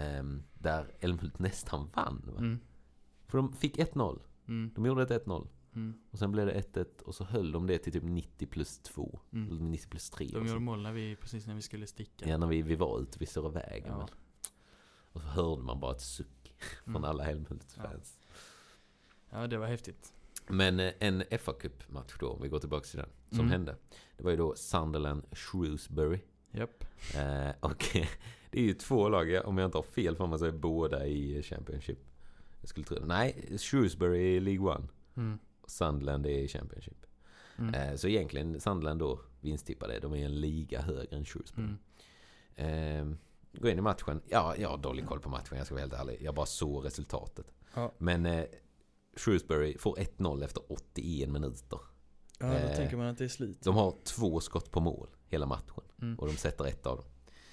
Där Älmhult nästan vann, va? För de fick 1-0. De gjorde ett 1-0. Och sen blev det 1-1 och så höll de det till typ 90+2. Eller 90+3. De gjorde mål precis när vi skulle sticka. Ja, när vi var ute vid Stora vägen. Ja. Och så hörde man bara ett suck från alla Helmhult-fans. Ja, det var häftigt. Men en FA Cup-match då, om vi går tillbaka till den, som hände. Det var ju då Sunderland-Shrewsbury. Japp. Och det är ju 2 lag, om jag inte har fel för mig så är båda i Championship. Jag skulle tro det. Nej, Shrewsbury är League 1. Och Sunderland är i Championship. Så egentligen Sunderland då vinsttippade. De är en liga högre än Shrewsbury. Gå in i matchen. Ja, jag har dålig koll på matchen, jag ska vara helt ärlig. Jag bara såg resultatet. Ja. Men Shrewsbury får 1-0 efter 81 minuter. Ja, då tänker man att det är slut. De har 2 skott på mål hela matchen. Och de sätter 1 av dem.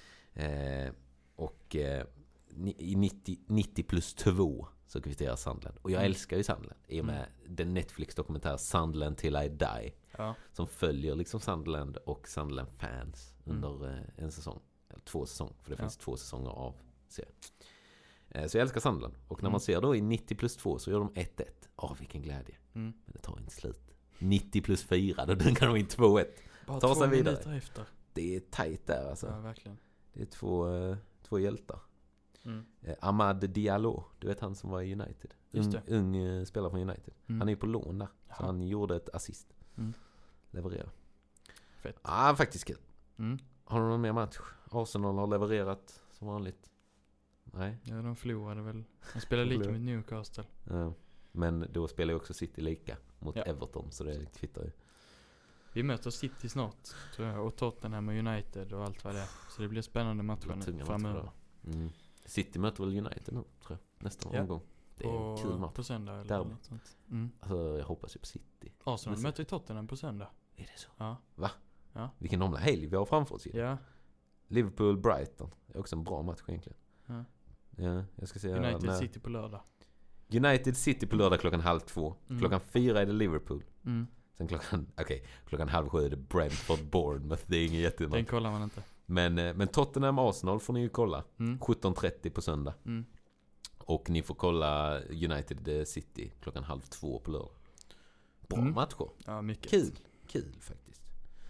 I 90+2 så kvitterar Sunderland. Och jag älskar ju Sunderland. I och med den Netflix-dokumentär Sunderland Till I Die. Ja. Som följer liksom Sunderland och Sunderland-fans under en säsong. Eller 2 säsonger. För det finns 2 säsonger av serien. Så jag älskar Sunderland. Och när man ser då i 90+2 så gör de 1-1. Vilken glädje. Men det tar inte slut. 90+4, då dunkar de in 2-1. Bara tar 2 minuter efter. Det är tajt där alltså. Ja, verkligen. Det är två hjältar. Amad Diallo, du vet han som var i United. Ung spelare från United. Han är ju på lån där. Så han gjorde ett assist. Leverera. Fett. Ja, faktiskt kul. Har du någon mer match? Arsenal har levererat som vanligt. Nej. Ja, de förlorade väl. De spelade lika med Newcastle. Ja. Men då spelar ju också City lika mot Everton, så det kvittar ju. Vi möter City snart, tror jag. Och Tottenham och United och allt vad det är. Så det blir spännande matcher framöver. City möter väl United nu, tror jag. Nästa omgång. Det är en kul match. På söndag eller något sånt. Alltså, jag hoppas ju på City. Arsenal möter Tottenham på söndag. Är det så? Ja. Va? Ja. Vilken himla helg vi har framför oss. Ja. Liverpool-Brighton. Det är också en bra match egentligen. Ja, jag ska säga United City på lördag. United City på lördag 1:30. 4:00 är det Liverpool. Sen klockan 6:30 är det Brentford Bournemouth. Det är ingen jättematch. Den kollar man inte. Men Tottenham Arsenal får ni ju kolla. 17:30 på söndag. Och ni får kolla United City 1:30 på lördag. Bra matcher. Ja, mycket. Kul faktiskt.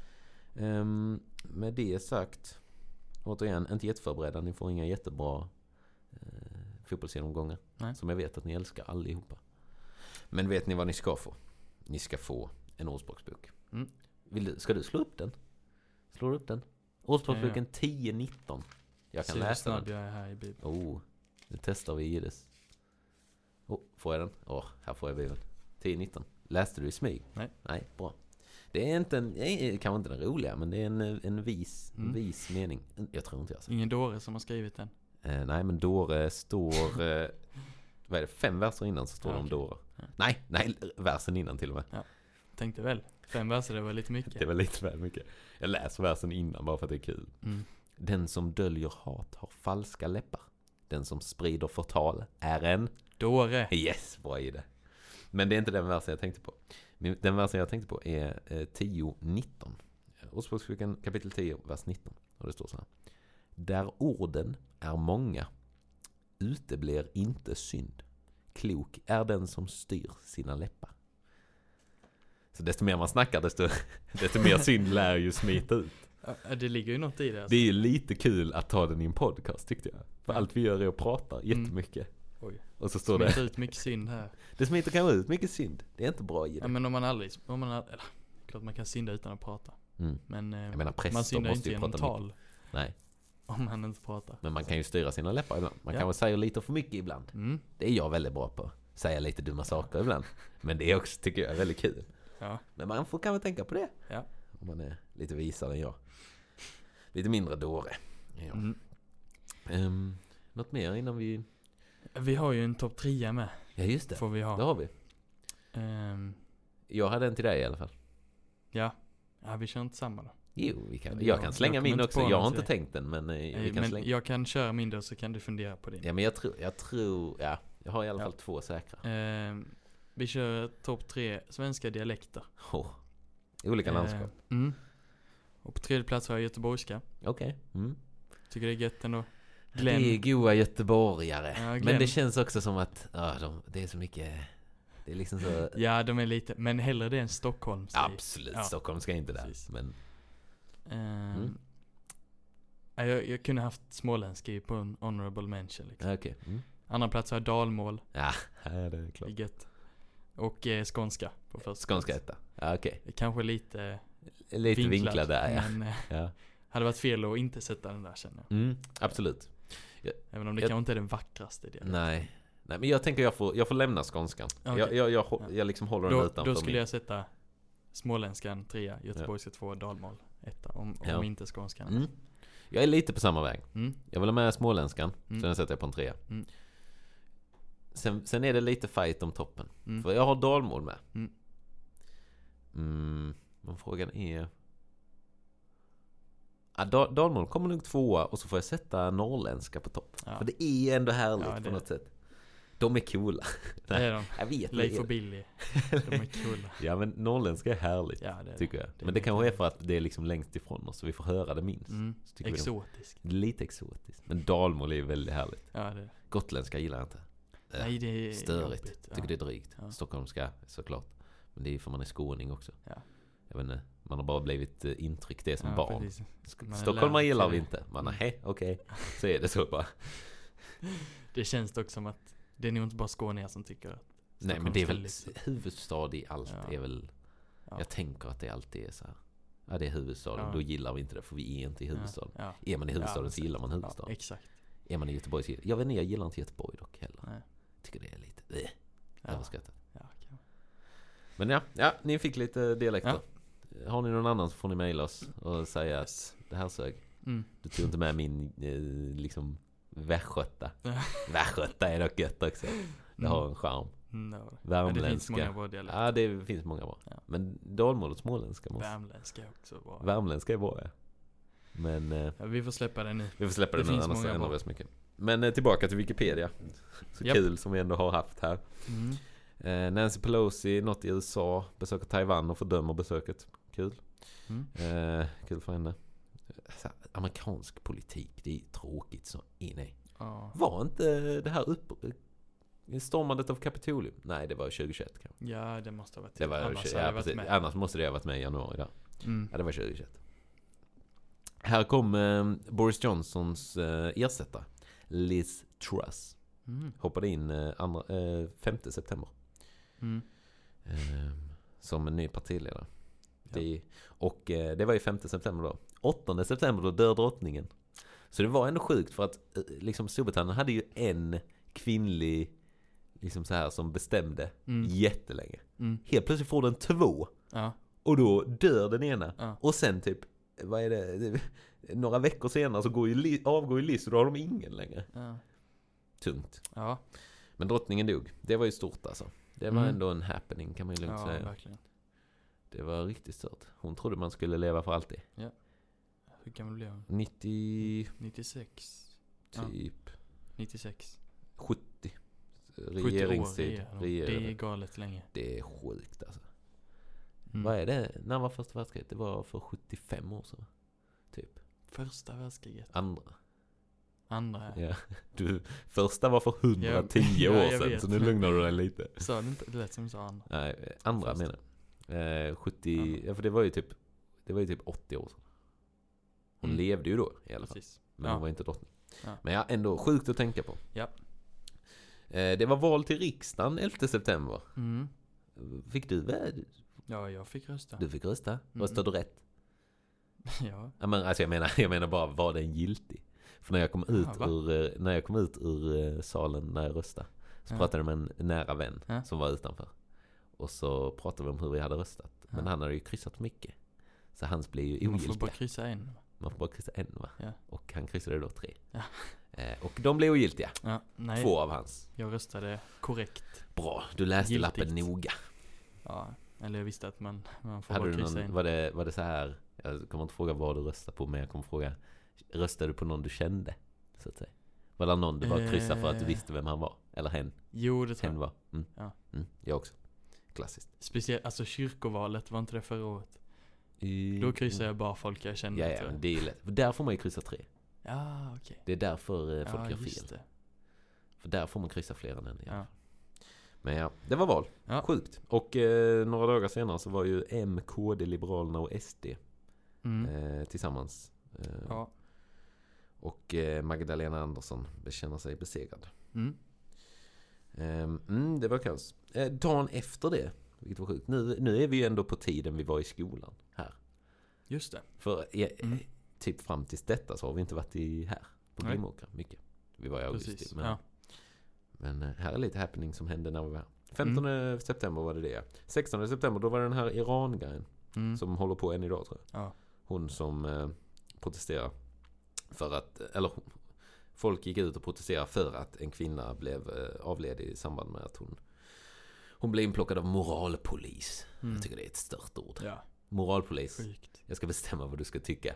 Med det sagt, återigen, inte jätteförberedda. Ni får inga jättebra fotbollsgenomgångar. Som jag vet att ni älskar allihopa. Men vet ni vad ni ska få? Ni ska få en ordspråksbok. Ska du slå upp den? Slår du upp den? Ordspråksboken 10-19. Jag kan läsa den. Jag är här i Bibeln. Nu testar vi i det. Får jag den? Här får jag Bibeln. 10-19. Läste du i smyg? Nej, bra. Det är inte kanske inte den roliga, men det är en vis mening. Jag tror inte jag så. Ingen dåre som har skrivit den. Nej, men dåre står vad är det? 5 verser innan så står det om dåre. Ja. Nej, versen innan till och med. Ja. Tänkte väl. 5 verser, det var lite mycket. Det var lite väl mycket. Jag läser versen innan bara för att det är kul. Den som döljer hat har falska läppar. Den som sprider förtal är en dåre. Yes, bra i det. Men det är inte den versen jag tänkte på. Den versen jag tänkte på är 10-19. Ordspråksboken kapitel 10, vers 19. Och det står så här. Där orden är många, uteblir inte synd. Klok är den som styr sina läppar. Så desto mer man snackar, desto mer synd lär ju smita ut. Ja, det ligger ju något i det. Alltså. Det är ju lite kul att ta den i en podcast, tyckte jag. För allt vi gör är att prata jättemycket. Oj. Och så står det ut mycket synd här. Det smiter kanske ut mycket synd. Det är inte bra i det. Ja, men om man eller, klart man kan synda utan att prata. Men jag menar, man syndar inte genom tal. Mycket. Nej. Om man inte pratar. Men man kan ju styra sina läppar ibland. Man kan väl säga lite för mycket ibland. Det är jag väldigt bra på. Säga lite dumma saker ibland. Men det är också, tycker jag, är väldigt kul. Ja. Men man kan väl tänka på det. Ja. Om man är lite visare än jag. Lite mindre dåre. Ja. Något mer innan vi... Vi har ju en topp 3 med. Ja, just det. Får vi ha. Det har vi. Jag hade en till dig i alla fall. Ja, vi kör inte samma då. Jo, jag kan slänga min också. Jag har inte tänkt den, men vi kan slänga. Jag kan köra min då, så kan du fundera på din. Ja, men jag tror jag har i alla fall 2 säkra. Vi kör topp 3 svenska dialekter. Olika landskap. Och på 3:e plats har jag göteborgska. Okej. Tycker det är gött ändå. Glenn. Det är goa göteborgare. Ja, men det känns också som att det är så mycket Det är liksom så... Ja, de är lite, men hellre det än Stockholm. Absolut, ja. Stockholm ska inte där. Men... Jag kunde haft småländska på en honorable mention. Liksom. Okay. Andra plats har Dalmål. Ja, det är klart. Gött. Och skånska på första skånska etta. Ja, okej. Okay. Kanske lite vinklad där, men hade varit fel att inte sätta den där, känner jag. Absolut. Även om det kanske inte är den vackraste dialekten. Nej, men jag tänker jag får lämna skånskan. Okay. Jag liksom håller den utanför. Då skulle jag sätta småländskan 3, göteborgska 2, Dalmål 1, om inte skånskan. Jag är lite på samma väg. Jag vill ha med småländskan, så den sätter jag på en 3. Sen är det lite fight om toppen. För jag har Dalmål med. Men frågan är... Dalmål kommer nog 2 och så får jag sätta norrländska på topp. Ja. För det är ändå härligt på något sätt. De är coola. Det är de. Jag vet. Leif och Billy. De är coola. Ja, men norrländska är härligt, tycker jag. Men det kanske är för att det är liksom längst ifrån oss så vi får höra det minst. Exotiskt. Lite exotiskt. Men dalmål är väldigt härligt. Ja, det. Gotländska gillar jag inte. Nej, det är störigt. Jobbigt. Tycker det är drygt. Stockholmska såklart. Men det är för man är skåning också. Ja. Jag vet inte, man har bara blivit intryckt det som barn. Stockholm gillar vi inte. Okej. Så är det så bara. Det känns dock som att det är nog inte bara skåningar som tycker att nej, men det är väl huvudstad i allt är väl... Jag tänker att det alltid är så här. Ja, det är huvudstaden. Då gillar vi inte det, för vi är inte i huvudstaden. Är man i huvudstaden så gillar man huvudstaden. Exakt. Är man i Göteborg så... Jag vet inte, jag gillar inte Göteborg dock heller. Nej. Tycker det är lite överskattat. Okay. Men ni fick lite dialekter. Har ni någon annan så får ni mejla oss och säga att det här sög. Du tog inte med min liksom västgöta. Västgöta är dock gött också. Det har en charm. Värmländska. Det finns många bra dialekter. Ja, det finns många bra. Men dalmål och småländska måste... Värmländska är också bra. Värmländska är bra, Men... vi får släppa det nu. Vi får släppa det nu, annars ändrar vi oss mycket. Men tillbaka till Wikipedia. Så kul som vi ändå har haft här. Nancy Pelosi, något i USA, besöker Taiwan och fördömer besöket. Kul. Kul för henne. Amerikansk politik, det är tråkigt så inne. Var inte det här stormandet av Kapitolium? Nej, det var 2021 kanske. Ja, det måste ha varit. Det var annars måste det ha varit med i januari där. Ja, det var 2021. Här kom Boris Johnsons ersättare Liz Truss. Hoppade in 5 september. Som en ny partiledare. Det var ju 5 september då. 8 september då dör drottningen. Så det var ändå sjukt för att liksom Storbritannien hade ju en kvinnlig liksom så här som bestämde jättelänge. Helt plötsligt får den 2. Och då dör den ena. Och sen typ vad är det? Några veckor senare så avgår ju Liz och då har de ingen längre. Tungt. Men drottningen dog. Det var ju stort alltså. Det var ändå en happening, kan man ju lugnt säga. Verkligen. Det var riktigt stört. Hon trodde man skulle leva för alltid. Ja. Hur gammal blev hon? 96. Typ. 96. 70. 70 regeringstid. år. Det är galet länge. Det är sjukt alltså. Vad är det? När var första världskriget? Det var för 75 år sedan. Typ. Första världskriget? Andra, ja. Första var för 110 år sedan, så nu lugnar du dig lite. Sa det inte? Det lät som du sa andra. Nej, andra menar jag. 70, ja, för det var ju typ 80 år sedan. Hon levde ju då i alla fall. Precis. Men hon var inte drottning. Men ändå sjukt att tänka på. Ja. Det var val till riksdagen 11 september. Fick du väl? Ja, jag fick rösta. Du fick rösta? Röstade du rätt? Ja. Men alltså jag menar bara, var den giltig? För när jag kom ut ur salen när jag röstade så pratade jag med en nära vän som var utanför. Och så pratade vi om hur vi hade röstat. Men han hade ju kryssat mycket. Så hans blev ju ogiltiga. Man får bara kryssa en. Va? Ja. Och han kryssade då 3. Ja. Och de blev ogiltiga. Nej. 2 av hans. Jag röstade korrekt. Bra, du läste lappen noga. Ja, eller jag visste att man får bara kryssa en. Var det så här? Jag kommer inte fråga vad du röstade på, men jag kommer fråga, röstade du på någon du kände? Så att säga. Var det någon du bara kryssade för att du visste vem han var? Eller hen? Jo, det tror jag. Var. Jag också. Klassiskt. Speciellt, alltså kyrkovalet, var inte det förra året? Då kryssar jag bara folk jag känner. Ja, det är lätt. Där får man ju kryssa 3. Ja, okej. Det är därför folk gör fel. Det. För där får man kryssa fler än en. Men ja, det var val. Ja. Sjukt. Och några dagar senare så var ju M, KD, Liberalerna och SD tillsammans. Ja. Och Magdalena Andersson bekänner sig besegrad. Det var kaos. Dagen efter det, vilket var sjukt. Nu är vi ju ändå på tiden vi var i skolan här. Just det. För typ fram tills detta så har vi inte varit här på Glimåkra mycket. Vi var i augusti. Precis. Men här är lite happening som hände när vi var här. 15 september var det. 16 september då var det den här Iran-grejen som håller på än idag tror jag. Ja. Hon som protesterar för att, eller folk gick ut och protesterade för att en kvinna blev avled i samband med att hon blev inplockad av moralpolis. Jag tycker det är ett stört ord. Ja. Moralpolis. Sjukt. Jag ska bestämma vad du ska tycka.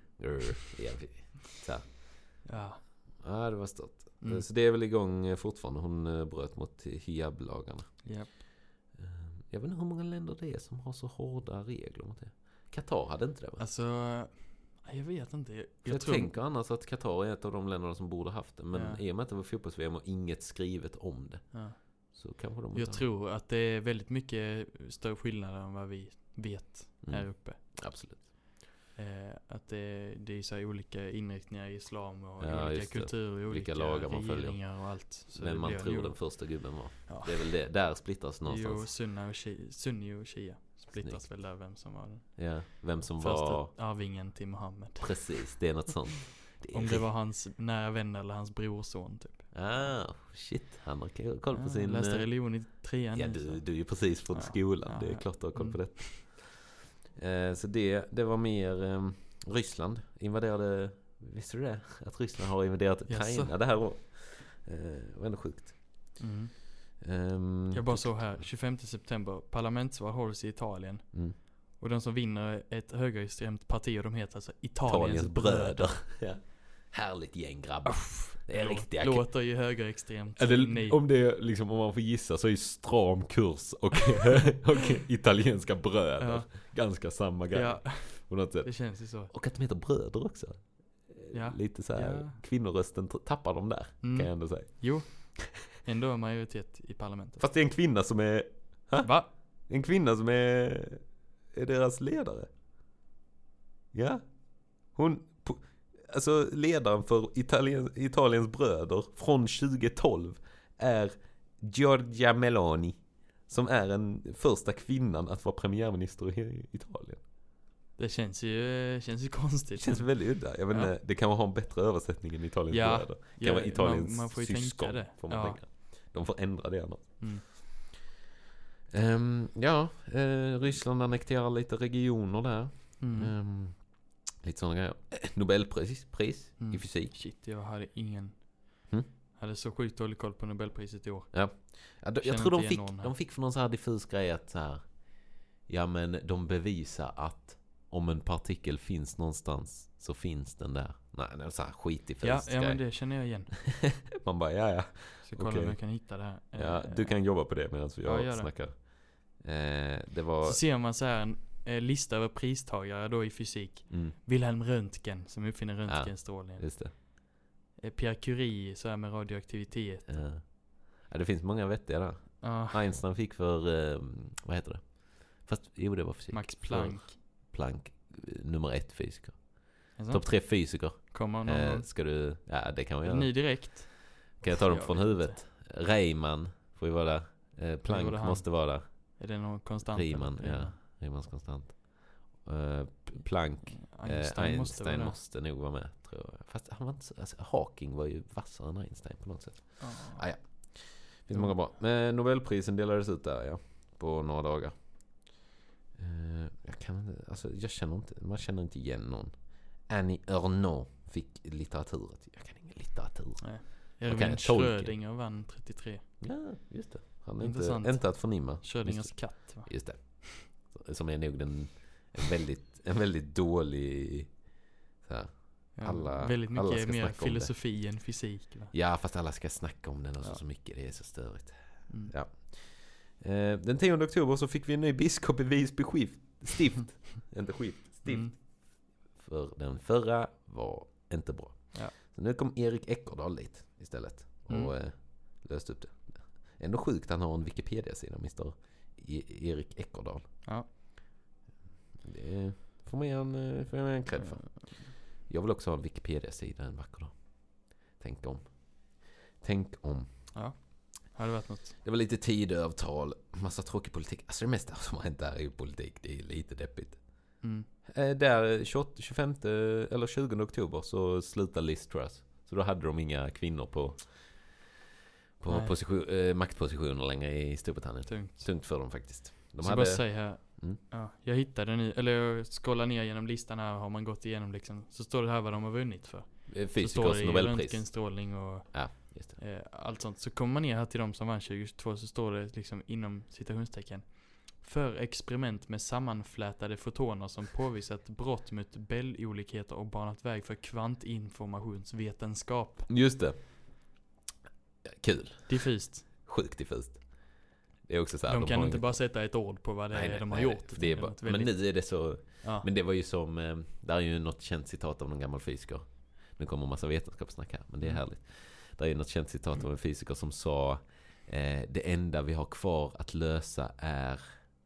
Så. Ja, det var stört. Så det är väl igång fortfarande. Hon bröt mot hijab-lagarna. Yep. Jag vet inte hur många länder det är som har så hårda regler mot det. Qatar hade inte det, va? Alltså, jag vet inte. Jag tänker annars att Qatar är ett av de länderna som borde haft det. Men i och med att det var fotbolls-VM och inget skrivet om det. Ja. Så kanske de jag tror att det är väldigt mycket större skillnader än vad vi vet här uppe. Absolut. Att det är så här olika inriktningar i islam och olika kulturer och olika lagar man regeringar och allt. Så vem man tror den första gubben var. Ja. Det är väl det. Där splittras någonstans. Jo, Sunni och Shia splittras väl där vem som var den. Ja, vem som första var arvingen till Mohammed. Precis, det är något sånt. Om det var hans nära vän eller hans brorson typ. Shit, han har koll på sin... läste religion i 3:an. Ja, du är ju precis från skolan. Det är klart du har koll på det. Så det var mer Ryssland invaderade. Visste du det? Att Ryssland har invaderat Ukraina. Det här var ändå sjukt. Jag bara så här 25 september parlamentsval hålls i Italien. Och de som vinner ett högerextremt parti och de heter alltså Italiens bröder. Ja. Härligt gäng grabbar. Det är riktiga. Låter ju högerextremt. Om det är liksom, om man får gissa så är stram kurs och italienska bröder ganska samma grej. Ja. Det känns ju så. Och att de heter bröder också. Lite så här kvinnorösten tappar de där kan jag ändå säga. Jo. Ändå är majoritet i parlamentet. Fast det är en kvinna som är Va? En kvinna som är deras ledare. Ja. Alltså ledaren för Italiens bröder från 2012 är Giorgia Meloni, som är den första kvinnan att vara premiärminister i Italien. Det känns ju konstigt. Det känns väldigt udda. Jag vet inte, det kan ha en bättre översättning än Italiens bröder. Det kan vara Italiens man får ju syskon, tänka det. Får man tänka. De får ändra det annars. Ryssland annekterar lite regioner där. Lite sådana grejer. Nobelpris i fysik. Shit, jag hade hade så sjukt dålig koll på Nobelpriset i år. Ja. Jag tror de fick för någon så här diffus grej att så här, ja men de bevisar att om en partikel finns någonstans så finns den där. Nej, det är så här skitig fest grej. Ja, men det känner jag igen. Man bara, ja. Så kolla om jag kan hitta det här. Ja, du kan jobba på det medan jag snackar. Det var... Så ser man så här en lista över pristagare då i fysik. Wilhelm Röntgen som uppfinner röntgenstrålningen. Just det. Pierre Curie så här med radioaktivitet. Ja, det finns många vettiga där. Einstein fick för vad heter det? Fast det var fysik. Max Planck. Planck nummer 1 fysiker. Topp 3 fysiker. Kommer någon? Ska du det kan vi göra. Ny direkt. Kan jag ta dem från huvudet? Riemann får ju vara där. Planck måste vara där. Är det någon konstant? Riemanns konstant. Planck Einstein måste nog vara med, tror jag. Fast han var inte Hawking var ju vassare än Einstein på något sätt. Ja. Finns många bra. Men Nobelprisen delades ut där på några dagar. Jag känner inte, man känner inte igen någon. Annie Ernaux fick litteratur. Jag kan ingen litteratur. Nej. Erwin Schrödinger vann 33. Ja, just det. Han är inte att förnimma. Schrödingers katt, va? Just det. Som är nog en väldigt dålig så här, väldigt mycket mer filosofi än fysik, va? Ja, fast alla ska snacka om den så mycket. Det är så störigt. Ja. Den 10 oktober så fick vi en ny biskop i Visby stift. Inte stift. För den förra var inte bra. Ja. Så nu kom Erik Eckerdal dit istället och löste upp det. Ändå sjukt att han har en Wikipedia-sida, Mr. Erik Eckerdal. Ja. Det får man en cred för. Jag vill också ha en Wikipedia-sida en vacker dag. Tänk om. Ja, har det varit något? Det var lite tidöavtal, massa tråkig politik. Alltså det mesta som har hänt där är ju politik. Det är lite deppigt. Där 25 eller 20 oktober så slutar Liz Truss. Så då hade de inga kvinnor på maktpositioner längre i Storbritannien. Tungt för dem faktiskt. De hade... bara säga här. Ja, jag hittade nu, eller jag scrollar ner genom listan här, har man gått igenom liksom, så står det här vad de har vunnit för. Fysikers Nobelpris. Röntgenstrålning och just det. Allt sånt. Så kommer man ner här till de som vann 2022, så står det liksom inom citationstecken: för experiment med sammanflätade fotoner som påvisat brott mot Bell-olikheter och banat väg för kvantinformationsvetenskap. Just det. Kul. Diffust. Sjukt diffust. Det är också så här, de kan inte bara sätta ett ord på vad det är de har gjort. Det är bara, väldigt... Men nu är det så... Ja. Men det var ju som... Där är ju något känt citat av någon gammal fysiker. Nu kommer en massa vetenskapssnack här, men det är härligt. Det är ju något känt citat av en fysiker som sa det enda vi har kvar att lösa är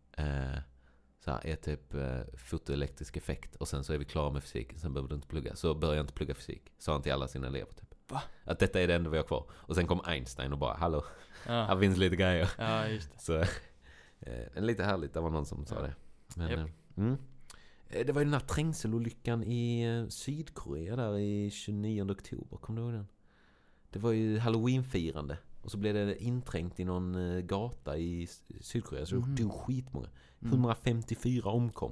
typ fotoelektrisk effekt. Och sen så är vi klara med fysiken. Sen behöver du inte plugga. Så börjar jag inte plugga fysik. Sa han till alla sina elever typ. Va? Att detta är det enda vi har kvar. Och sen kom Einstein och bara, hallå, här finns lite grejer. Ja, just det. Så lite härligt, det var någon som sa det. Men, det var ju den här trängselolyckan i Sydkorea där i 29 oktober, kommer du ihåg den? Det var ju Halloween-firande. Och så blev det inträngt i någon gata i Sydkorea. Så det var skitmånga. 154 omkom.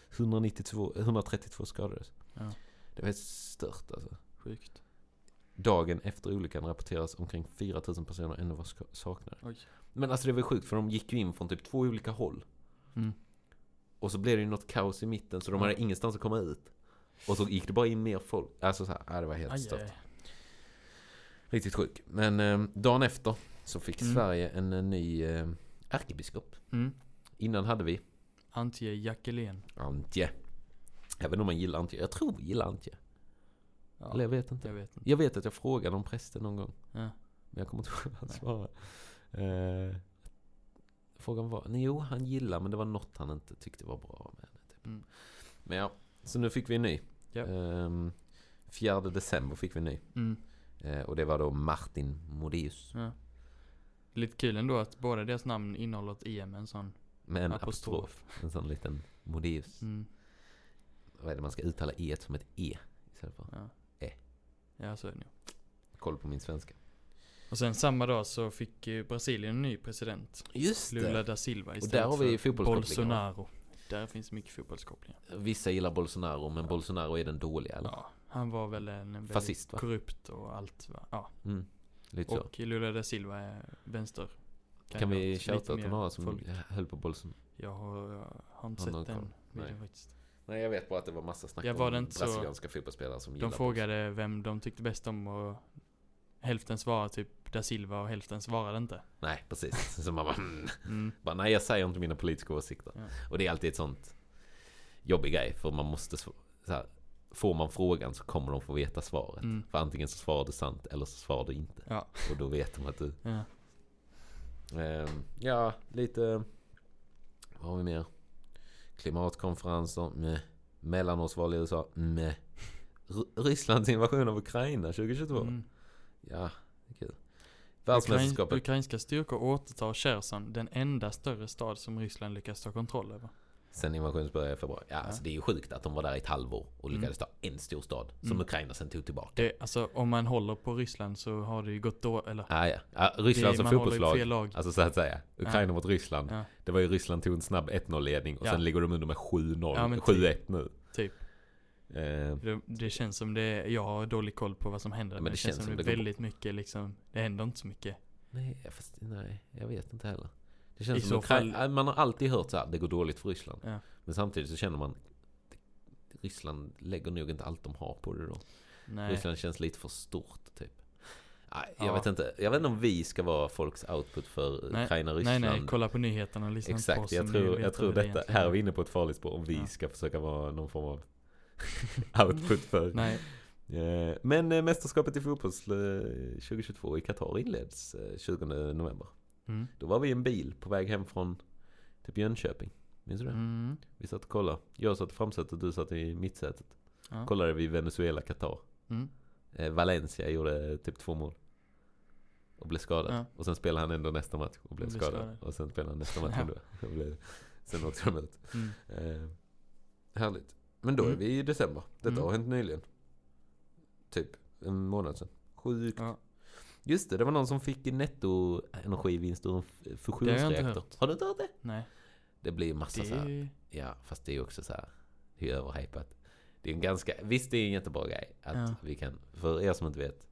132 skadades. Ja. Det var helt stört alltså. Sjukt. Dagen efter olyckan rapporteras omkring 4 000 personer ännu var saknade. Oj. Men alltså det var sjukt, för de gick ju in från typ 2 olika håll. Och så blev det ju något kaos i mitten, så de hade ingenstans att komma ut. Och så gick det bara in mer folk. Alltså så här, det var helt stört. Riktigt sjukt. Men dagen efter så fick Sverige en ny ärkebiskop. Innan hade vi Antje Jackelén. Antje. Jag vet inte om man gillar Antje. Jag tror vi gillar Antje. Ja, eller jag vet inte. Jag vet att jag frågade om prästen någon gång. Ja. Men jag kommer inte ihåg vad han svarade. Frågan var, jo, han gillar, men det var något han inte tyckte var bra med henne. Typ. Men ja, så nu fick vi en ny. Ja. 4 december fick vi en ny. Och det var då Martin Modéus. Ja. Lite kul ändå att båda deras namn innehåller ett E med en sån med en apostrof. En sån liten Modéus. Vad är det man ska uttala E som ett E istället för E? Ja, så är det nu. Koll på min svenska. Och sen samma dag så fick Brasilien en ny president. Just det. Lula da Silva istället. Och där har vi fotbollskopplingar. Bolsonaro. Där finns mycket fotbollskopplingar. Vissa gillar Bolsonaro, men Bolsonaro är den dåliga, eller? Ja, han var väl en fascist, va? Korrupt och allt, va? Ja. Lite och så. Lula da Silva är vänster. Kan vi shouta till några som höll på Bolsonaro? Jag har inte sett den videon faktiskt. Nej, jag vet bara att det var massa snack om brasilianska fotbollsspelare som gillade. De frågade vem de tyckte bäst om, och hälften svarade typ da Silva och hälften svarade inte. Nej, precis. Så man bara, nej, jag säger inte mina politiska åsikter. Ja. Och det är alltid ett sånt jobbig grej, för man måste så här, får man frågan så kommer de få veta svaret. För antingen så svarar du sant eller så svarar du inte. Ja. Och då vet de att du... Ja. Lite... Vad har vi mer? Klimatkonferenser med mellanårsval i USA med Rysslands invasion av Ukraina 2022. Ja, det är kul. Världsmästerskapet. Ukrainska styrkor återtar Cherson, den enda större stad som Ryssland lyckas ta kontroll över. Sen invasionsbörjan i februari. Ja, alltså det är ju sjukt att de var där i ett halvår och lyckades ta en stor stad som Ukraina sen tog tillbaka. Alltså om man håller på Ryssland så har det ju gått då, eller? Ja, Ryssland som fotbollslag. Alltså så att säga. Ukraina mot Ryssland. Ja. Det var ju Ryssland tog en snabb 1-0-ledning och sen ligger de under med 7-0. 7-1 nu. Typ. Det känns som det, jag har dålig koll på vad som händer. Men det känns som det är väldigt mycket liksom, det händer inte så mycket. Nej, jag vet inte heller. Det känns som man har alltid hört så här, det går dåligt för Ryssland. Ja. Men samtidigt så känner man Ryssland lägger nog inte allt de har på det då. Nej. Ryssland känns lite för stort typ. Jag vet inte om vi ska vara folks output för Ukraina-Ryssland. Nej, kolla på nyheterna och lyssna. Exakt, jag tror detta här är vi inne på ett farligt spår om vi ska försöka vara någon form av output för. Nej. Men mästerskapet i fotboll 2022 i Qatar inleds 20 november. Då var vi i en bil på väg hem från typ Jönköping. Minns du det? Vi satt och kollade. Jag satt i framsätet och du satt i mittsätet. Kollade vi Venezuela, Qatar. Valencia gjorde typ 2 mål. Och blev skadad. Och sen spelade han ändå nästa match och blev skadad. Och sen spelade han nästa match ändå. Sen åkte de ut. Härligt. Men då är vi i december. Detta har hänt nyligen. Typ en månad sedan. Sjukt. Just det var någon som fick nettoenergivinst ur en fusionsreaktor. Har du inte hört det? Nej. Det blir massa så här. Ja, fast det är också så här. Det är överhypat. Det är en ganska, visst det är en jättebra grej att vi kan, för er som inte vet.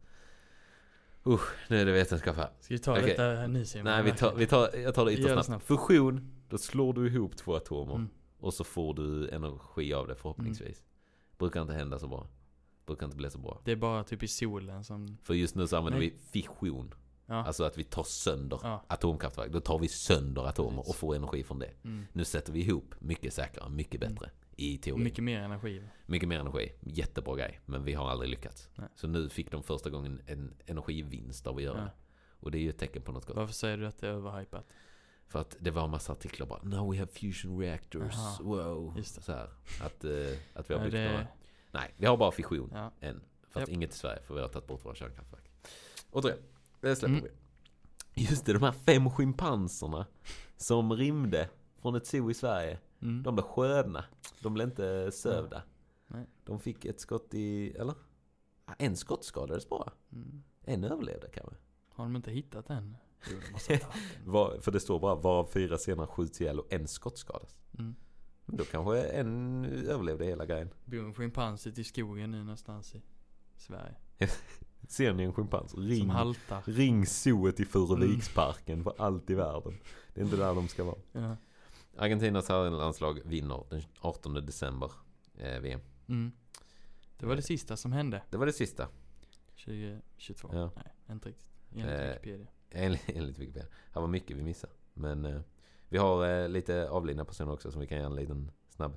Nu är det vetenskap här. Ska vi ta detta nu sen? Nej, jag tar det ytterst snabbt. Fusion, då slår du ihop 2 atomer och så får du energi av det förhoppningsvis. Brukar inte hända så bra. Brukar inte bli så bra. Det är bara typ i solen som... För just nu så använder vi fission. Alltså att vi tar sönder atomkraftverk. Då tar vi sönder atomer och får energi från det. Nu sätter vi ihop mycket säkrare, mycket bättre i teorin. Mycket mer energi. Mycket mer energi. Jättebra grej. Men vi har aldrig lyckats. Nej. Så nu fick de första gången en energivinst av att göra det. Och det är ju ett tecken på något gott. Varför säger du att det är överhypat? För att det var en massa artiklar bara now we have fusion reactors. Wow. Just det. Så här, att vi har byggt några. Nej, vi har bara fission än. Fast inget i Sverige för vi har tagit bort våra kärnkraftverk. Och det släpper vi. Just det, de här 5 schimpanserna som rymde från ett zoo i Sverige. De blev sköna. De blev inte sövda. De fick ett skott i... Eller? En skott skadades bara. En överlevde kanske. Har de inte hittat en? För det står bara var 4 senare skjuts ihjäl och en skott skadas. Då kanske en överlevde hela grejen. Bor en schimpans i skogen nu någonstans i Sverige. Ser ni en schimpans? Som haltar. Ring zooet i Furuviksparken för allt i världen. Det är inte där de ska vara. Argentinas herrlandslag vinner den 18 december VM. Det var det sista som hände. Det var det sista. 2022. Nej, inte riktigt. Enligt Wikipedia. Enligt Wikipedia. Här var mycket vi missade. Men vi har lite avlidna personer också som vi kan göra en liten snabb.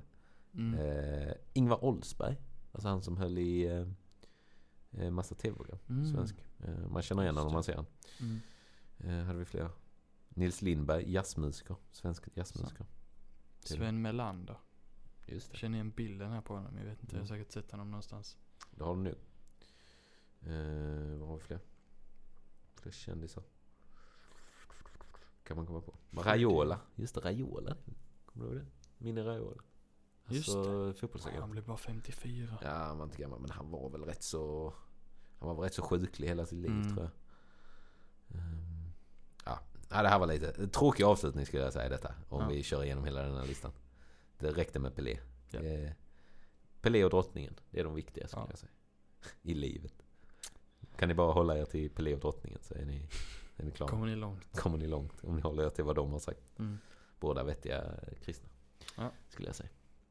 Ingvar Oldsberg. Alltså han som höll i massa tv-program. Svensk. Man känner igen honom om man ser han. Hade vi fler. Nils Lindberg, jazzmusiker. Svensk jazzmusiker. Sven Melander. Just det. Jag känner igen bilden här på honom. Jag vet inte, jag har säkert sett honom någonstans. Det har du nu. Vad har vi fler? Fler kändisar. Kan man komma på. Raiola. Just det, Raiola. Kommer du ihåg det? Mini Raiola. Just alltså, det. Fotbollssägare. Han blev bara 54. Ja, han var inte gammal. Men han var väl rätt så... Han var väl rätt så sjuklig hela sitt liv, tror jag. Ja, det här var lite tråkig avslutning skulle jag säga detta. Om vi kör igenom hela den här listan. Det räckte med Pelé. Pelé och drottningen. Det är de viktiga skulle jag säga. I livet. Kan ni bara hålla er till Pelé och drottningen så är ni klara. Kommer ni långt. Om ni håller er till vad de har sagt. Båda vettiga kristna. Skulle jag säga.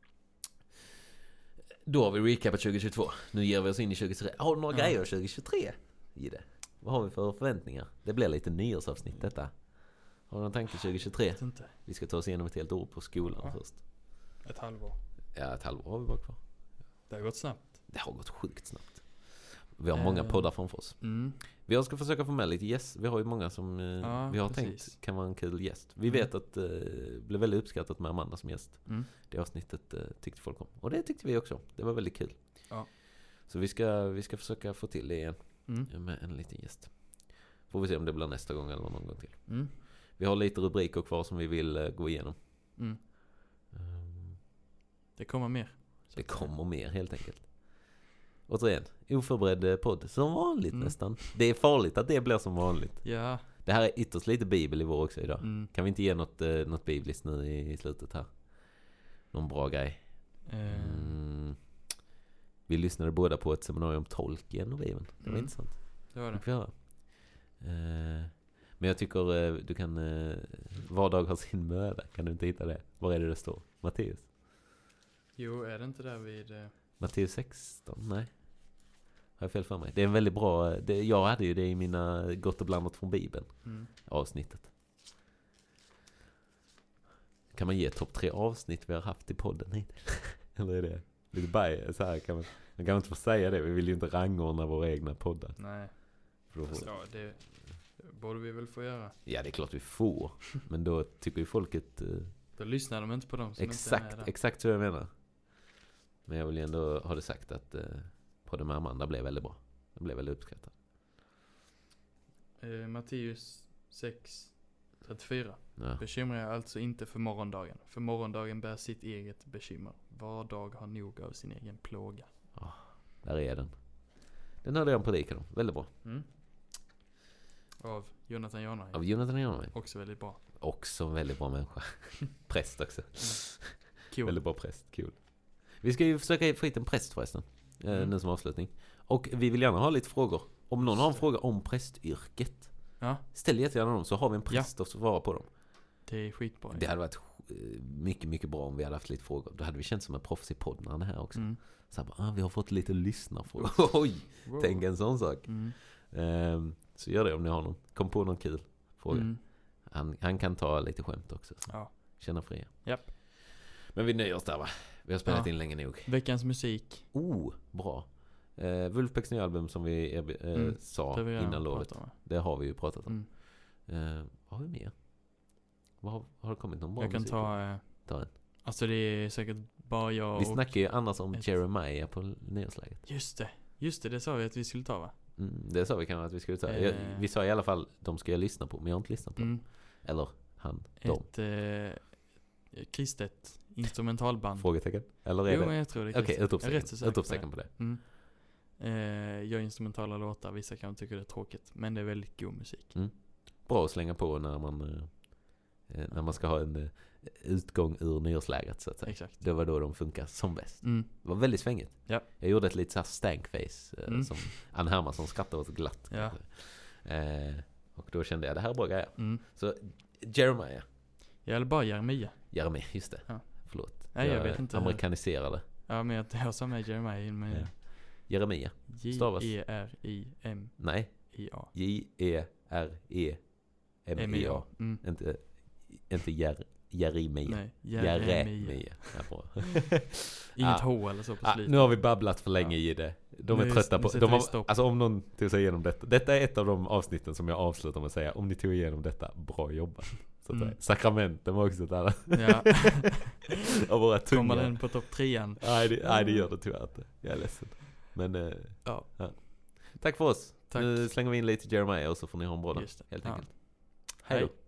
Då har vi recapat 2022. Nu ger vi oss in i 2023. Har du några grejer 2023 i det? Vad har vi för förväntningar? Det blir lite nyårsavsnitt detta. Har du någon tanke 2023? Inte. Vi ska ta oss igenom ett helt år på skolan först. Ett halvår. Ja, ett halvår har vi bara kvar. Det har gått snabbt. Det har gått sjukt snabbt. Vi har många poddar framför oss. Vi ska försöka få med lite gäst. Vi har ju många som vi har tänkt kan vara en kul gäst. Vi vet att det blev väldigt uppskattat med Amanda som gäst. Det avsnittet tyckte folk om. Och det tyckte vi också. Det var väldigt kul. Så vi ska försöka få till det igen med en liten gäst. Får vi se om det blir nästa gång eller någon gång till. Vi har lite rubriker kvar som vi vill gå igenom. Det kommer mer. Det kommer mer helt enkelt. Återigen, oförberedd podd. Som vanligt nästan. Det är farligt att det blir som vanligt. Ja. Det här är ytterst lite bibel i vår också idag. Kan vi inte ge något bibliskt nu i slutet här? Någon bra grej. Vi lyssnade båda på ett seminarium om Tolkien och Bibeln. Det var intressant. Det var det. Men jag tycker du kan var dag har sin möda. Kan du inte hitta det? Var är det står? Matteus? Jo, är det inte där vid... Matteus 16? Nej. Har jag fel för mig? Det är en väldigt bra... jag hade ju det i mina gott och blandat från Bibeln. Avsnittet. Kan man ge topp 3 avsnitt vi har haft i podden hit? Eller är det lite bias så här? Man kan inte få säga det. Vi vill ju inte rangordna våra egna poddar. Nej. För då det borde vi väl få göra. Ja, det är klart vi får. Men då tycker ju folket... Då lyssnar de inte på dem som exakt, inte är med där. exakt så jag menar. Men jag vill ju ändå ha det sagt att podden med Amanda blev väldigt bra. Den blev väldigt uppskattad. Matteus 6:34. Ja. Bekymra er alltså inte för morgondagen. För morgondagen bär sitt eget bekymmer. Var dag har nog av sin egen plåga. Där är den. Den hörde jag en predikan om. Väldigt bra. Av Jonathan Jarnberg. Av Jonathan Jarnberg. Också väldigt bra. Också en väldigt bra människa. Präst också. Cool. Väldigt bra präst. Kul. Vi ska ju försöka få hit en präst förresten. Nu som avslutning. Och vi vill gärna ha lite frågor. Om någon har en fråga om prästyrket. Ja. Ställ jättegärna dem så har vi en präst att svara på dem. Det är skitbra. Det hade varit mycket, mycket bra om vi hade haft lite frågor. Då hade vi känt som en proffs i podden här också. Så här bara, vi har fått lite lyssnarfrågor. Oj, tänk en sån sak. Så gör det om ni har någon. Kom på någon kul fråga. Han kan ta lite skämt också. Så. Känna fria. Japp. Men vi nöjer oss där, va? Vi har spelat in länge nog. Veckans musik. Bra. Wolfpacks nya album som vi sa innan lovet. Det har vi ju pratat om. Vad har vi mer? Har det kommit någon bra musik? Jag kan ta en. Alltså det är säkert bara jag vi snackar ju annars om Jeremiah på nyårsläget. Just det sa vi att vi skulle ta, va? Det sa vi kanske att vi skulle ta. Vi sa i alla fall de ska jag lyssna på, men jag har inte lyssnat på dem. Eller de. Ett kristet instrumentalband. Frågetecken? Eller är det? Men jag tror det är kristet. Okej, utropstecken på det. Gör instrumentala låtar. Vissa kan tycka det är tråkigt, men det är väldigt god musik. Bra att slänga på när man ska ha en utgång ur nyårsläget, så att säga. Exakt. Det var då de funkar som bäst. Det var väldigt svängigt. Ja. Jag gjorde ett lite så här stankface som Ann Hermansson skrattade åt glatt. Ja. Och då kände jag, det här är bra grejer. Så Jeremiah. Ja, eller bara Jeremiah. Jeremiah, just det. Ja. Förlåt. Nej, jag vet inte. Amerikaniserade. Ja, men jag sa med Jeremiah. Men Jeremiah. Stavas. J-E-R-I-M. Nej. I-A. J-E-R-E-M-I-A. Inte Jeremiah. Nej, Jeremiah. Ja, bra. Inget H eller så på slutet. Nu har vi babblat för länge i det. De är trötta på... alltså om någon tog sig igenom detta. Detta är ett av de avsnitten som jag avslutar med att säga, om ni tog igenom detta, bra jobbat. Så att säga. Sakramenten var också där. Ja. Och våra tunga. Kommer den på topp 3? Nej, det gör det tyvärr inte. Jag är ledsen. Men ja. Tack för oss. Tack. Nu slänger vi in lite Jeremiah och så får ni ha en bra dag. Helt enkelt. Hej då.